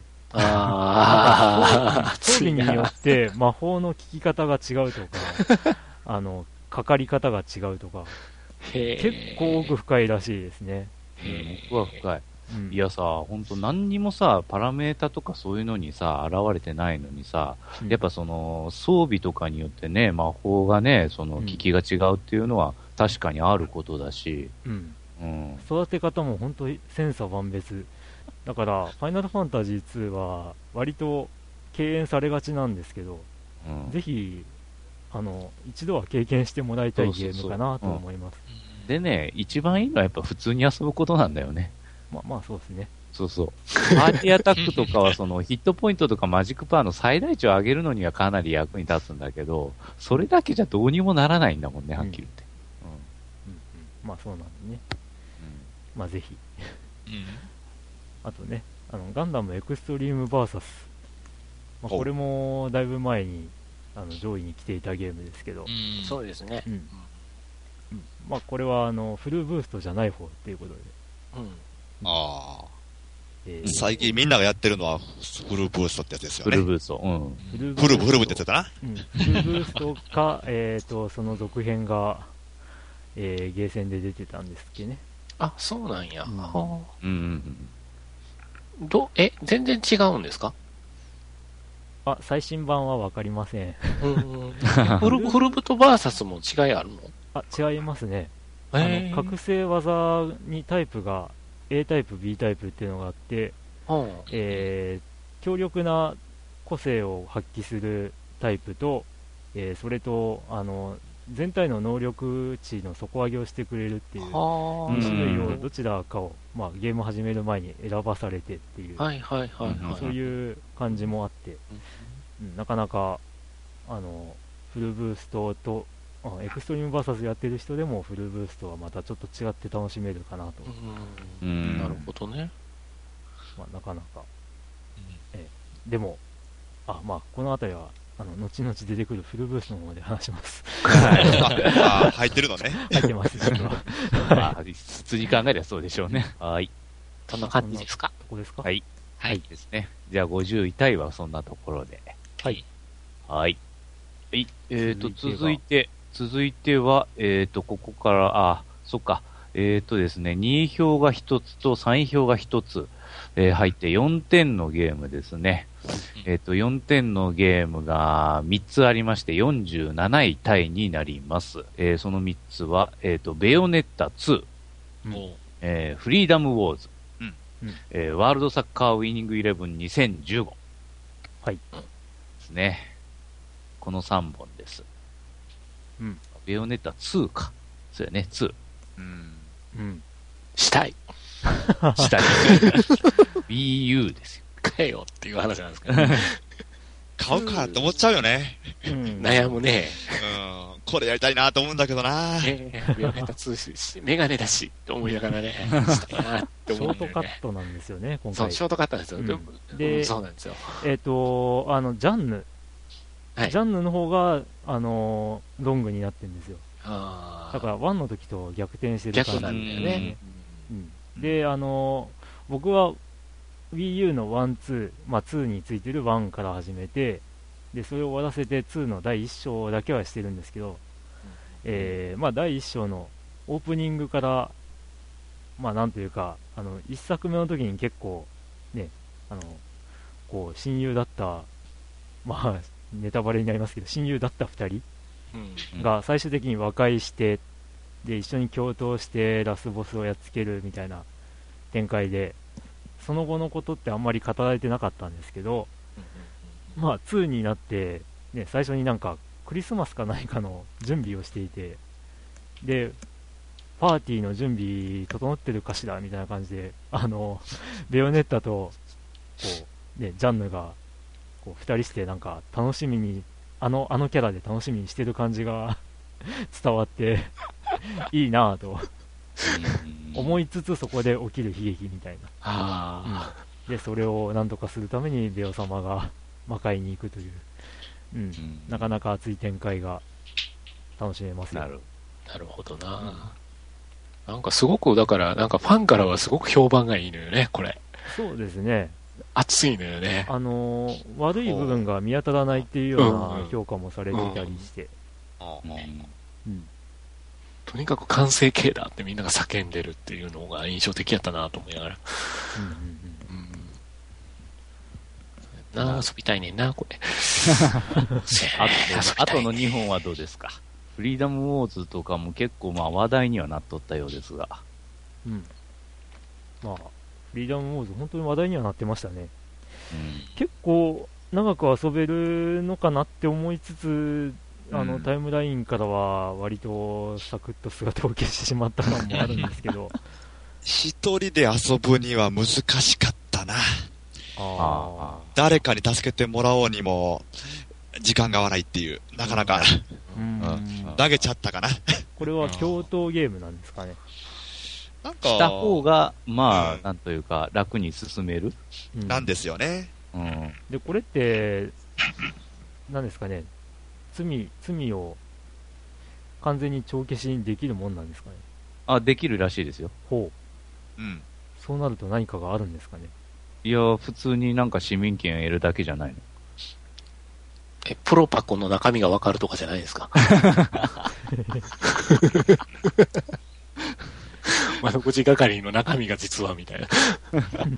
あ
装備によって魔法の効き方が違うとかあのかかり方が違うとか結構奥深いらしいですね。
奥は深い、うん、いやさ、本当何にもさパラメータとかそういうのにさ現れてないのにさ、うん、やっぱその装備とかによってね魔法がねその効きが違うっていうのは確かにあることだし、
うんうん、育て方も本当に千差万別だから、ファイナルファンタジーツーは割と敬遠されがちなんですけど、うん、ぜひあの一度は経験してもらいたいゲームかなと思います。
そうそうそう、うん、でね、一番いいのはやっぱ普通に遊ぶことなんだよね。
まあまあそうですね。
そうそう。パーティーアタックとかはそのヒットポイントとかマジックパワーの最大値を上げるのにはかなり役に立つんだけど、それだけじゃどうにもならないんだもんね、はっきり言って。
うんうんうん、まあそうなんでね。うん、まあぜひ。うんあとね、あのガンダムエクストリーム ブイエス、まあ、これもだいぶ前にあの上位に来ていたゲームですけど、
うん、そうですね、うん
うん、まあ、これはあのフルブーストじゃない方っていうことで、
うん、ああ、えー、最近みんながやってるのはフルブーストってやつですよね。
フルブースト、うん、
フルブースト、フルブってやつだな、
うん、フルブーストか、えーとその続編が、えー、ゲーセンで出てたんですっけね。
あ、そうなんや、うん
うんうん
どえ全然違うんですか？
あ、最新版は分かりません。
うんフルフルブとバーサスも違いあるの？
あ、違いますね。あの覚醒技にタイプが A タイプ B タイプっていうのがあって、えー、強力な個性を発揮するタイプと、えー、それとあの全体の能力値の底上げをしてくれるっていうに種類をどちらかを、まあ、ゲーム始める前に選ばされてっていう、
はいはいはいはい、
そういう感じもあって、うん、なかなかあのフルブーストとエクストリーム ブイエス やってる人でもフルブーストはまたちょっと違って楽しめるかなと。
うんうんなるほどね、
まあ、なかなか、ええ、でもあ、まあ、この辺りはあの後々出てくるフルブーストの方で話します
ああ入ってるのね
入ってますちょっと
まあ普通に考えればそうでしょうね。はい、
そんな感じですか？
ここですか？
はい、はい、ですね。じゃあごじゅういタイはそんなところで、
はい
はい、はい、えーと続いて続いてはえーとここからあそっかえーとですねにい票がひとつとさんい票がひとつ、 えー入ってよんてんのゲームですね。えっ、と、よんてんのゲームがみっつありまして、よんじゅうなないタイになります。えーそのみっつは、えっ、と、ベヨネッタツー、
うん
おう
えーフリーダムウォーズ、
うん
うん
えーワールドサッカーウィニングイレブンにせんじゅうご。
はい。
ですね。このさんぼんです。
うん。
ベヨネッタツーか。そうやね、ツー。
うん。
うん。
したい。
したい。Wii U ですよ。
かよっていう話なんですけど、ね、
買うかって思っちゃうよね。
うん
悩むね。
うん。これやりたいなと思うんだけどな。
ええ、ベヨネッタツーし、メガネだし、と思いながらね、したいなって
ショート
思うんだよね。
カットなんですよね、今
そう、
回。
ショートカットなんですよ。
うん
でも
で
うんそうなんですよ。
えっ、と、あの、ジャンヌ。
はい
ジャンヌの方が、あのーロングになってるんですよ。
あ
だから、ワンの時と逆転してる感じ
逆なんだよね。
うん。で、あのー僕は Wii U のワン、ツー、まあツーについてるワンから始めて、で、それを終わらせてツーのだいいっ章だけはしてるんですけど、えー、まあだいいっ章のオープニングから、まあなんというか、あの、いっさくめの時に結構、ね、あの、こう、親友だった、まあ、ネタバレになりますけど、親友だったふたり
うん
が最終的に和解して、で、一緒に共闘してラスボスをやっつけるみたいな展開で、その後のことってあんまり語られてなかったんですけど、まあ、ツーになって、ね、最初になんか、クリスマスか何かの準備をしていて、で、パーティーの準備整ってるかしらみたいな感じで、あの、ベヨネッタと、こう、ね、ジャンヌが、こう、二人してなんか、楽しみに、あの、あのキャラで楽しみにしてる感じが伝わって、いいなぁと思いつつ、そこで起きる悲劇みたいな。
あ
で、それを何とかするために、ベオ様が魔界に行くという、うん、なかなか熱い展開が楽しめますよ。
なる。
あ、なるほどな。なんかすごく、だから、なんかファンからはすごく評判がいいのよね、これ。
そうですね。
熱いのよね。
あのー悪い部分が見当たらないっていうよう
うんう
なん評価もされていたりして、
ああ
うん
とにかく完成形だってみんなが叫んでるっていうのが印象的やったなと思いながら。
うんうん
うん。なあ、遊びたいねんな、これ。
あと、あと
遊びたいね
のにほんはどうですか？フリーダムウォーズとかも結構まあ話題にはなっとったようですが。
うんうんまあ、フリーダムウォーズ、本当に話題にはなってましたね。
うん
結構長く遊べるのかなって思いつつ、あの
うん
タイムラインからは割とサクッと姿を消してしまった感もあるんですけど、
一人で遊ぶには難しかったな。
あ
誰かに助けてもらおうにも、時間が合わないっていう、なかなか、
ーうん
うん
投げちゃったかな。
これは共闘ゲームなんですかね。
なんか、
した方が、まあ、
うん
なんというか、楽に進める。
うん
なんですよね。
うん。
で、これって、なんですかね、罪、罪を完全に帳消しにできるもんなんですかね。
あ、できるらしいですよ。
ほう。
うん。
そうなると何かがあるんですかね。
いや、普通になんか市民権を得るだけじゃないの。
え、プロパコの中身がわかるとかじゃないですか。窓口係の中身が実はみたいな。
う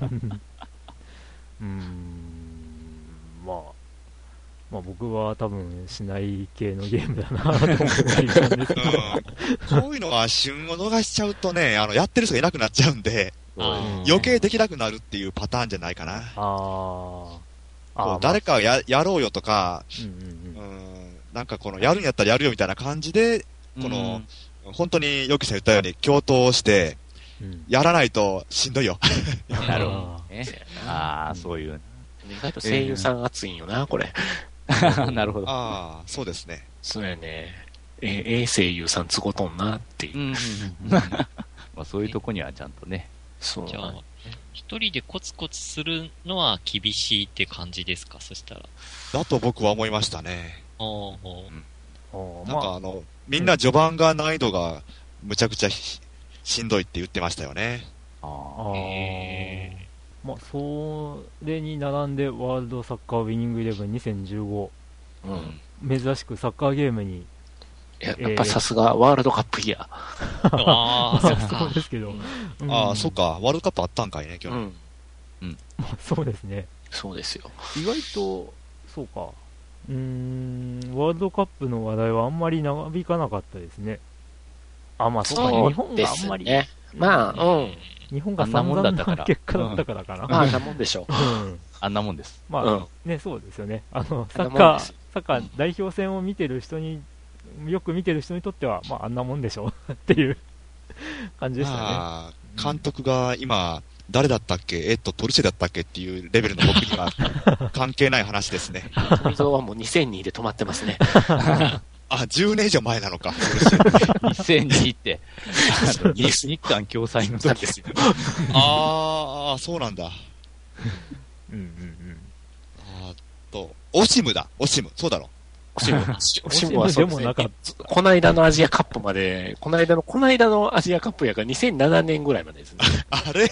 ーん、まあ、まあ僕は多分しない系のゲームだなと思っていたんですけど、
うん。こういうのは旬を逃しちゃうとね、あの、やってる人がいなくなっちゃうんで、
あー
余計できなくなるっていうパターンじゃないかな。
あー
こ
あー、
う誰かがややろうよとか、
まあ、うんうん
う
うん
ん、なんかこの、やるんやったらやるよみたいな感じで、この、本当にヨキさん言ったように共闘して、
うん
やらないとしんどいよ。
うん、なるほどね。
そうやな
ああ、そういう。
意外と声優さん熱いんよな、これ。
なるほど。
ああ、そうですね。
そうやね。えー、ええ声優さんつごとんなっていうう。
んうんうん。まあそういうとこにはちゃんとね。
そう
じゃあ、一人でコツコツするのは厳しいって感じですか、そしたら。
だと僕は思いましたね。
おーおー
なんか
あーま
あの、みんな序盤が難易度がむちゃくちゃししんどいって言ってましたよね。
あ、
あ
あー
へ
まあ、それに並んでワールドサッカーウィニングイレブンにせんじゅうご、
うん。
珍しくサッカーゲームに、
ややっぱさすがワールドカップイヤ
ああ、そっか
そうですけど、うん
ああ、そっか、ワールドカップあったんかいね、今日。
ー。うん。
まあ、そうですね。
そうですよ。
意外と、そうか。うーん、ワールドカップの話題はあんまり長引かなかったですね。あ、まあ、そうか、
そう
日本があんまり、
ですねまあ、うん。
日本が
あんな
散々
もんだったから
な結果だったからかな。
まあ、あんなもんでしょう。
うん。
あんなもんです。
まあ、
うん
ね、そうですよね。あの、
あんなもん
サッカー、
です
サッカー代表戦を見てる人に、よく見てる人にとっては、まあ、あんなもんでしょうっていう感じでしたね。
まあ、監督が今、誰だったっけえっと、トルシェだったっけっていうレベルの僕には関係ない話ですね。
富蔵はもうにせんにで止まってますね。
あ、じゅうねん以上前なのか。
にせんにって、あの日日韓共催の時ですよ。
あー、そうなんだ。
うんうんうん。
あーっと、オシムだ、オシム。そうだろ。
オシム、オシムはそうですね
でもなかっ
この間のアジアカップまで、この間の、この間のアジアカップやからにせんななねんぐらいまでですね。
あれ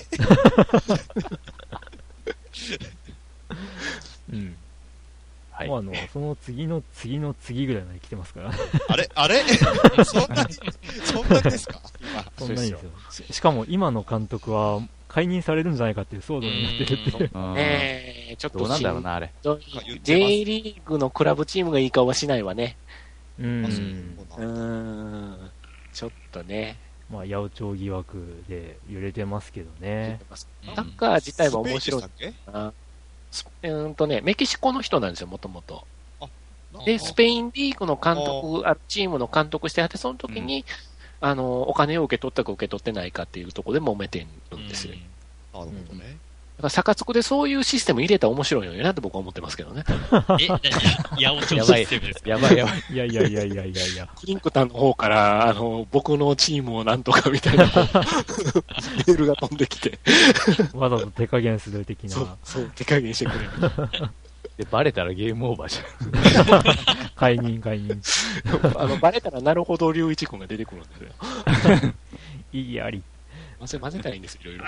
うん。
はい
もうあの、その次の次の次ぐらいまで来てますから。
あれあれそんなに、そんなにですか今。
そんなにですよ。ししかも今の監督は解任されるんじゃないかっていう騒動になってるっていう。
うん
えー、ちょっと
どうなんだろうな、あれ。
しんどい J リーグのクラブチームがいい顔はしないわね。
う。
あそうん
うーん。ちょっとね。
まあ、八百長疑惑で揺れてますけどね。
サッカー自体は面白い
スペインでしたっ
な。スうーんとね、メキシコの人なんですよ、もともと。
け
で、スペインリーグの監督、あチームの監督してあって、その時に、あの、お金を受け取ったか受け取ってないかっていうところで揉めてるんですよ。だか
なるほどね。
ら、サカツクでそういうシステム入れたら面白いのになって僕は思ってますけどね。
え、なに、八百長システムですか？
やばいやばい。
いやいやいやいやいやいや。
クリンクタンの方から、あの、僕のチームをなんとかみたいな、メールが飛んできて、
わざと手加減する的
そう
な、
そう、手加減してくれる。
で、バレたらゲームオーバーじゃん。
解任解任。
あの、バレたらなるほど龍一君が出てくるんですよ。
いいあり。
混ぜ、混ぜたらいいんですよ、いろいろ。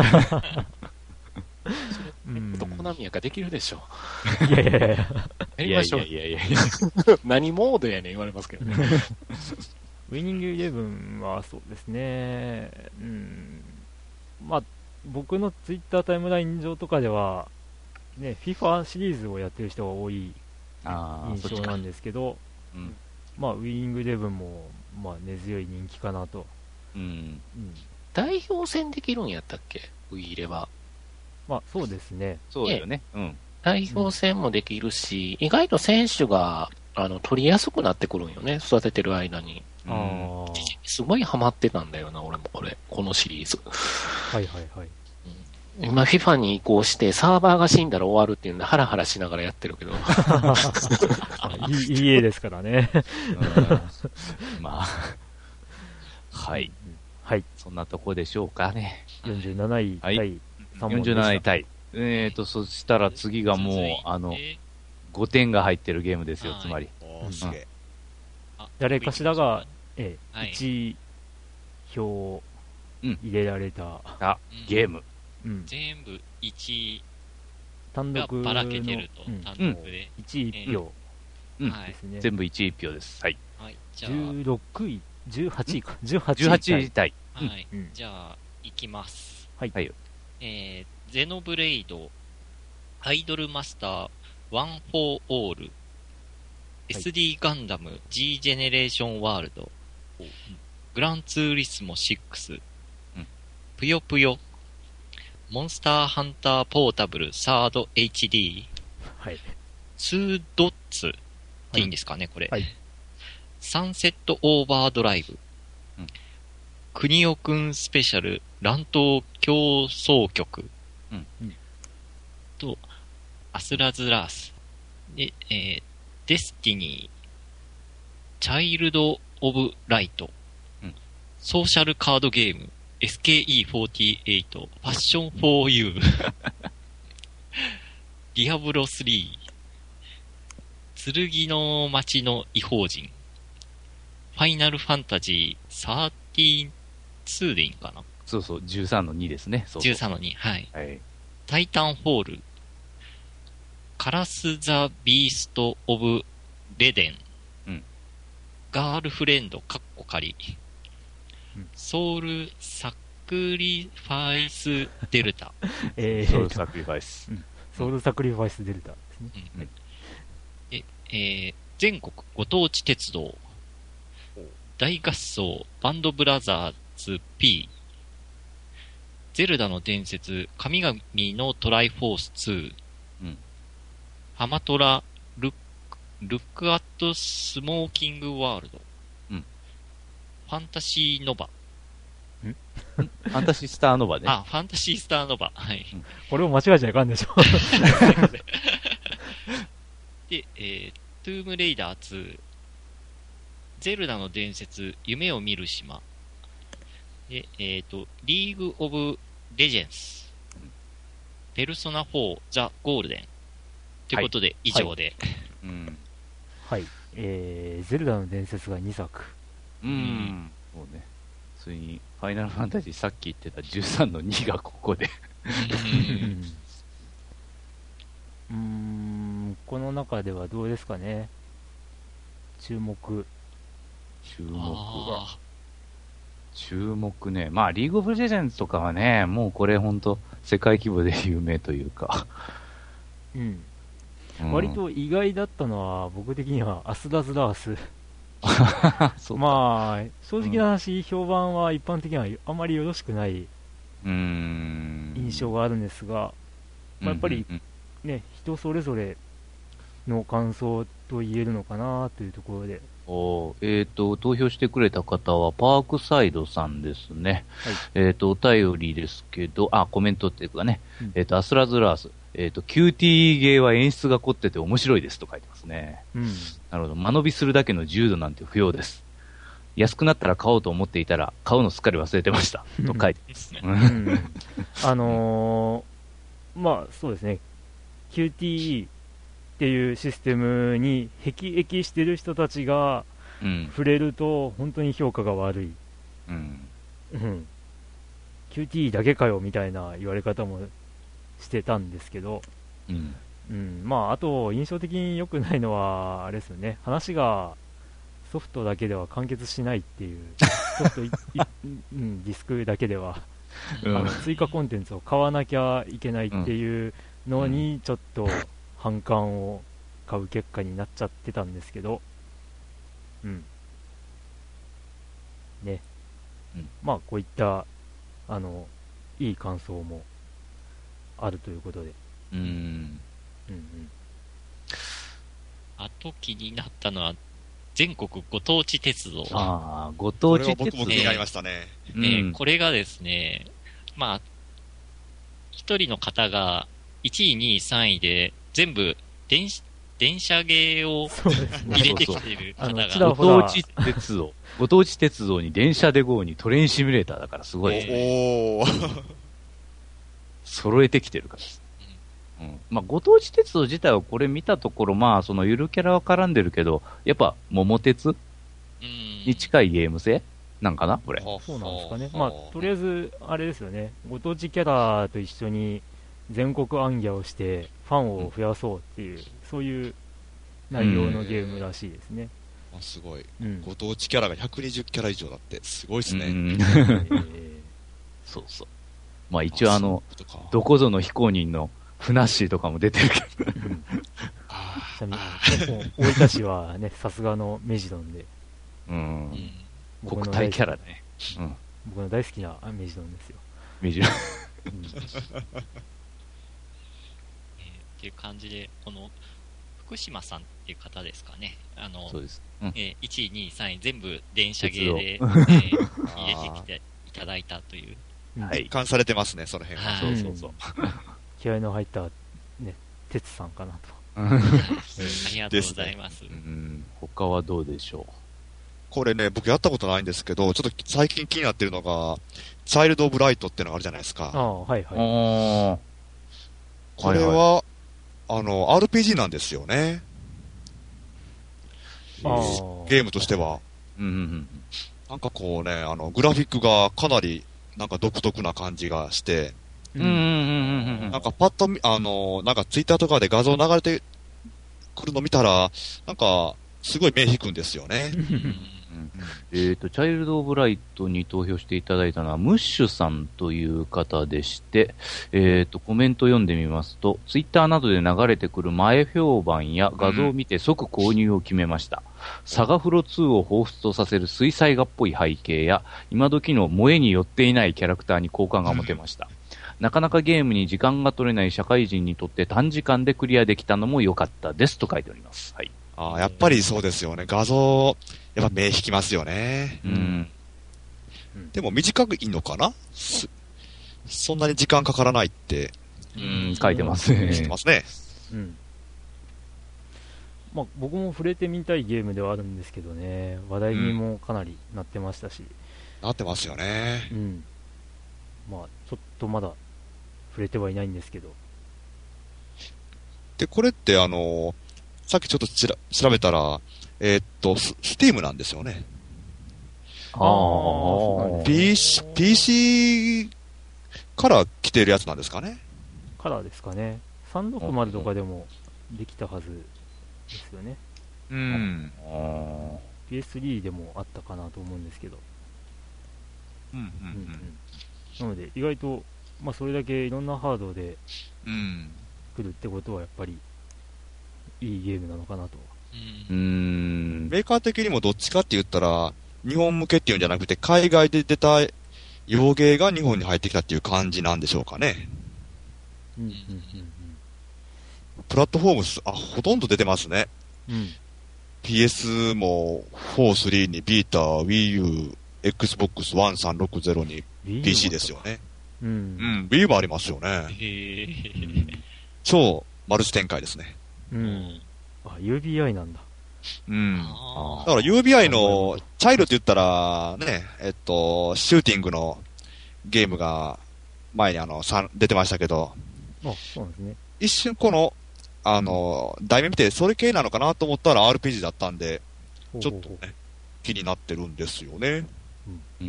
うん。
とコナミやからできるでしょ。
いやいやいや。
や
いやい
りましょう
や。いやいやいや。
何モードやねん言われますけどね。
ウィニングイレブンはそうですね。うん。まあ、僕のツイッタータイムライン上とかでは、ね、FIFA シリーズをやってる人が多い
ああ、そっちか
印象な。んですけど、
うん。
まあ、ウィニングイレブンも、まあ、根強い人気かなと。
うん。
うん。
代表戦できるんやったっけウィーレは。
まあ、そうですね。
そうだよね。うん。
代表戦もできるし、意外と選手が、あの、取りやすくなってくるんよね、育ててる間に。
うん
ああ。
すごいハマってたんだよな、俺もこれ。このシリーズ。
はいはいはい。
今、FIFA に移行して、サーバーが死んだら終わるっていうんで、ハラハラしながらやってるけど。
あいい イーエー ですからね。
うんまあ。はい。
はい。
そんなとこでしょうかね。
よんじゅうなない
はい
対さん問
よんじゅう
でした。
なない対。えーと、そしたら次がもう、あの、ごてんが入ってるゲームですよ、
はい
つまり。
おー、すげえ。
あ
誰かしらが、ええ
はい
いち票を入れられた、
あ、ゲーム。
うん、
全部いち
単独の
がばらけてると、
うん、
単独で。
いちい票
うん
はい
で。すね。
全部いちい票です。はい。
はい。じゃあ、
じゅうろくい、じゅうはちいか。じゅうはちい
じゅうはちい対。
はい。
うん
じゃあ、いきます。
はい。
はい。
えー、ゼノブレイド、アイドルマスター、ワン・フォー・オール、エスディー ガンダム G ジェネレーションワールド、グランツーリスモシックス、
うん
ぷよぷよ、モンスターハンターポータブルサード エイチディー、
はい。
ツードッツっていいんですかね、これ。
はい
サンセットオーバードライブ、
うん
クニオくんスペシャル乱闘競争曲、
うん
うん
と、アスラズラース、で、えー、デスティニー、チャイルド・オブ・ライト、
うん
ソーシャルカードゲーム、エスケーイーフォーティーエイト、ファッション・フォー・ユー、ディアブロスリー、剣の町の異邦人、ファイナルファンタジーじゅうにでいいんかな
そうそう、じゅうさんのにですね。そうそう
じゅうさんのに、はい。
はい。
タイタンフォール、カラス・ザ・ビースト・オブ・レデン、
うん
ガールフレンド、カッコ仮、
うん
ソウル・サックリファイスデルタ。
え
ソウル
ー、
サクリファイス。
ソウルサクリファイスデルタですね。
うん、え、えー、全国ご当地鉄道。大合奏バンドブラザーズ P。ゼルダの伝説神々のトライフォースツー。
うん、
ハマトラルック、ルックアットスモーキングワールド。
うん、
ファンタシーノバ。
ファンタシースターノバね。
あ、ファンタシースターノバ。はい。
これを間違えちゃいかんでしょ。
で、えー、トゥームレイダーツー。ゼルダの伝説、夢を見る島。で、えっ、ー、と、リーグオブレジェンス。ペルソナフォー、ザ・ゴールデン。ということで、はい、以上で。
はい、うん、はい。えー、ゼルダの伝説がにさく。
うん。うん、そうね。それに、ファイナルファンタジーさっき言ってたじゅうさんのにがここで。
うーん、この中ではどうですかね。注目。
注目が。注目ね。まあ、リーグオブレジェンズとかはね、もうこれほんと世界規模で有名というか。
うん。うん、割と意外だったのは、僕的にはアスダズラース。まあ、正直な話、うん、評判は一般的にはあまりよろしくない印象があるんですが、まあ、やっぱりね、人それぞれの感想と言えるのかなというところで。
おえっ、ー、と、投票してくれた方はパークサイドさんですね。はい、えっ、ー、と、お便りですけど、あ、コメントっていうかね、うん、えっ、ー、と、アスラズラース。えっ、ー、と、キューティー ゲーは演出が凝ってて面白いですと書いてますね。うん、なるほど。間延びするだけの自由度なんて不要です。安くなったら買おうと思っていたら、買うのすっかり忘れてました。と書いてますね。うん、
あのー、まあ、そうですね。キューティー っていうシステムに辟易してる人たちが触れると、本当に評価が悪い。うん。うん。キューティー だけかよみたいな言われ方もしてたんですけど、うん、うん、まあ、あと印象的に良くないのはあれですよね、話がソフトだけでは完結しないっていう、ソフトいい、うん、ディスクだけでは、うん、あの追加コンテンツを買わなきゃいけないっていうのにちょっと反感を買う結果になっちゃってたんですけど、うんね、うん、まあこういったあのいい感想もあるということで。うん。うんうん。
あと気になったのは、全国ご当地鉄道。
ああ、ご当地鉄道。
僕も気になりましたね。
えーうん、これがですね、まあ、一人の方がいちい、にい、さんいで全部電、電車芸を入れてきている方が。
ご当地鉄道。ご当地鉄道に電車で ゴー にトレインシミュレーターだからすごいですね。おー。揃えてきてるからです。うん。まあ、ご当地鉄道自体はこれ見たところ、まあ、そのゆるキャラは絡んでるけど、やっぱ、桃鉄に近いゲーム性なんかなこれ。
そうなんですかね。まあ、とりあえず、あれですよね。ご当地キャラと一緒に全国行脚をして、ファンを増やそうっていう、うん、そういう内容のゲームらしいですね。
うん、あすごい、うん。ご当地キャラがひゃくにじゅうキャラ以上だって、すごいですね。うんえ
ー、そうそう。まあ一応あの、どこぞの非公認のフナッシーとかも出てるけど。
ちなみに、大分市はね、さすがのメジドンで。
うん。国体キャラね。
うん。僕の大好きなメジドンですよ。
メジドン。うん、
えー、っていう感じで、この、福島さんっていう方ですかね。あの、
そうです。
うん、えー、いちい、にい、さんい全部電車芸で、えー、入れてきていただいたという。
はい。一貫されてますね、その辺は。
そうそうそう。
気合の入った、ね、鉄さんかなと。
ありがとうございます。
うん。他はどうでしょう。
これね、僕やったことないんですけど、ちょっと最近気になってるのが、チャイルド・オブ・ライトってのがあるじゃないですか。
ああ、はいはい。
これは、はいはい、あの、アールピージー なんですよね。ゲームとしては。うんうんうん、なんかこうね、あの、グラフィックがかなり、なんか独特な感じがして、うんうんうんうん、なんかパッと見、あの、なんかツイッターとかで画像流れてくるの見たら、なんか、すごい目引くんですよね。
うんえーと、チャイルド・オブ・ライトに投票していただいたのは、ムッシュさんという方でして、えーと、コメント読んでみますと、ツイッターなどで流れてくる前評判や画像を見て即購入を決めました。うん、サガフロツーを彷彿とさせる水彩画っぽい背景や、今時の萌えに寄っていないキャラクターに好感が持てました。なかなかゲームに時間が取れない社会人にとって短時間でクリアできたのも良かったですと書いております。はい。
ああ、やっぱりそうですよね。画像、やっぱ目引きますよね。
うん。
でも短くいいのかな？そんなに時間かからないって。
うん、書いてますね。
してますね。
うん。まあ僕も触れてみたいゲームではあるんですけどね、話題にもかなりなってましたし。
うん、なってますよね。
うん。まあちょっとまだ触れてはいないんですけど。
で、これってあの、さっきちょっとちら調べたら、えー、っと、ス、スティームなんですよね。
ああ、
ピーシー、ピーシー から来てるやつなんですかね。
カラーですかね。さんびゃくろくじゅうとかでもできたはずですよね。
うん。
ピーエススリー でもあったかなと思うんですけど。
うんうんうん。
うんうん、なので、意外と、まあ、それだけいろんなハードで来るってことは、やっぱり、いいゲームなのかなと。
うーん。
メーカー的にもどっちかって言ったら、日本向けっていうんじゃなくて、海外で出た洋芸が日本に入ってきたっていう感じなんでしょうかね。
うんうんうんうん。
プラットフォームス、あ、ほとんど出てますね。
うん。
ピーエス もフォー、スリーにビータ、Wii U、Xbox One さんびゃくろくじゅうに ピーシー ですよね。
うん。うん。
Wii U もありますよね。
へー。
超マルチ展開ですね。
うん。あ、ユービーアイ なんだ。
うん。
あ
だから ユービーアイ のチャイルって言ったら、ね、えっと、シューティングのゲームが前にあの、さん出てましたけど、
あ、そうなんですね。
一瞬この、あの、題名見てそれ系なのかなと思ったら アールピージー だったんで、ちょっとね、気になってるんですよね。
うん。うん。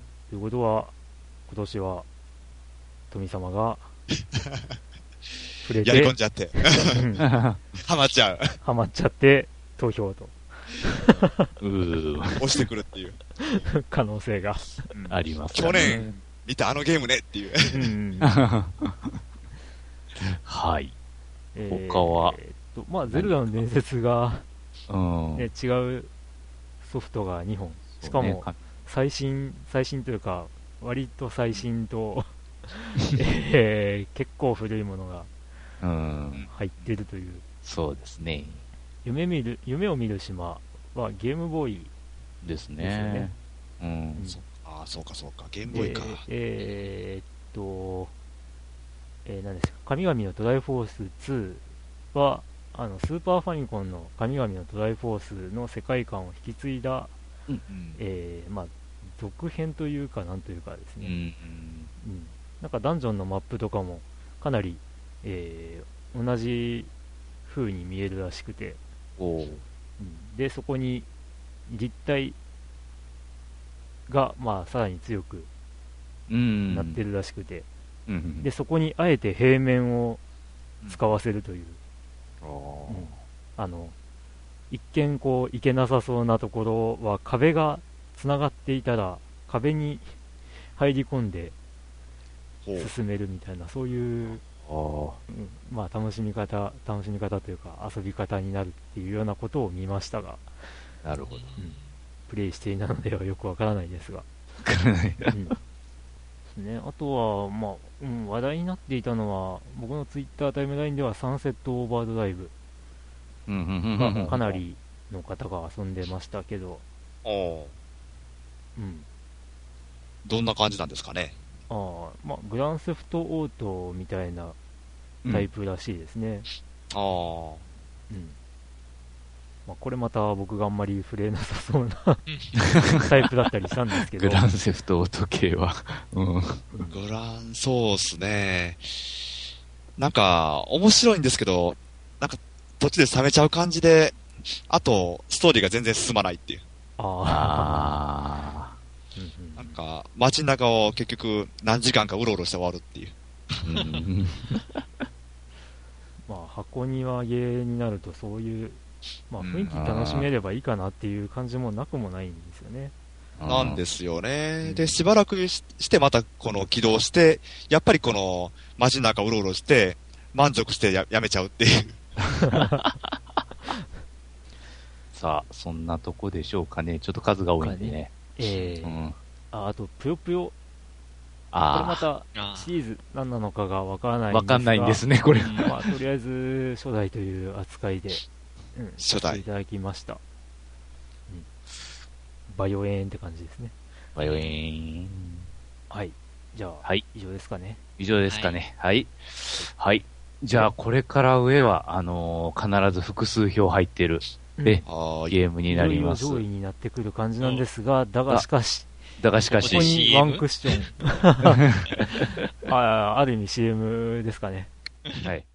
ということは、今年は、富様が、触れて、
やり込んじゃって。
うん、
ハマっちゃう。
ハマっちゃって、投票と。
うー。
押してくるっていう。
可能性が。
うん、
ありますね。
去年、見たあのゲームねっていう。
うん
はい。
えー、
他は、
えー、っと、まあ、ゼルダの伝説が、
うん、
ね、違うソフトがにほん。しかも、最新、最新というか、割と最新と、えー、結構古いものが入ってるという。
そうですね。
夢見る、夢を見る島はゲームボーイ
ですね。
ですよね。
うん。
うん、ああ、そうかそうか、ゲームボーイか。
えー、っと、えー、何ですか、神々のトライフォースツーは、あの、スーパーファミコンの神々のトライフォースの世界観を引き継いだ、
うん、
えー、まあ、続編というか、なんというかですね。
うん。うん、
なんかダンジョンのマップとかも、かなり、えー、同じ風に見えるらしくて、
お
うん、で、そこに立体が、まあ、さらに強くなってるらしくて、
うん、
で、そこにあえて平面を使わせるという、
うん
うん、あの、一見こう、いけなさそうなところは壁がつながっていたら、壁に入り込んで進めるみたいな、そういう、うん、まあ、楽しみ方、楽しみ方というか、遊び方になるっていうようなことを見ましたが、
なるほど。
うん、プレイしていないのではよくわからないですが。
わからない。
うんね、あとは、まあうん、話題になっていたのは、僕のツイッタータイムラインではサンセットオーバードライブがかなりの方が遊んでましたけど、うん、
どんな感じなんですかね。
あ、まあ、グランセフトオートみたいなタイプらしいですね。
うん、ああ。
うんまあ、これまた僕があんまり触れなさそうなタイプだったりしたんですけど。
グランセフトオート系は、うん。
グラン、そうっすね。なんか、面白いんですけど、なんか、途中で冷めちゃう感じで、あと、ストーリーが全然進まないっていう。
ああ。
なんか、街中を結局何時間かうろうろして終わるっていう。
まあ、箱庭ゲーになるとそういうまあ、雰囲気楽しめればいいかなっていう感じもなくもないんですよね。
なんですよね。で、しばらくししてまたこの起動して、やっぱりこの街の中うろうろして、満足してややめちゃうっていう。
さあ、そんなとこでしょうかね。ちょっと数が多いんでね。
ええーうん、あ, あと、ぷよぷよ。
あ
これまたシリーズ何なのかがわからないんですが。
わかんないんですね、これ。
まあ、とりあえず初代という扱いで、うん、
初代
いただきました。うん、バイオエーンって感じですね。
バイオエーン。
はい。じゃあ、
はい、
以上ですかね。
以上ですかね。はい。はい。はい、じゃあ、これから上は、あのー、必ず複数票入ってる、うん、ゲームになります。
いろいろ上位になってくる感じなんですが、うん、だがしかし、
だがしかし、
ここにワンクッション。あ, ある意味 シーエム ですかね。
はい。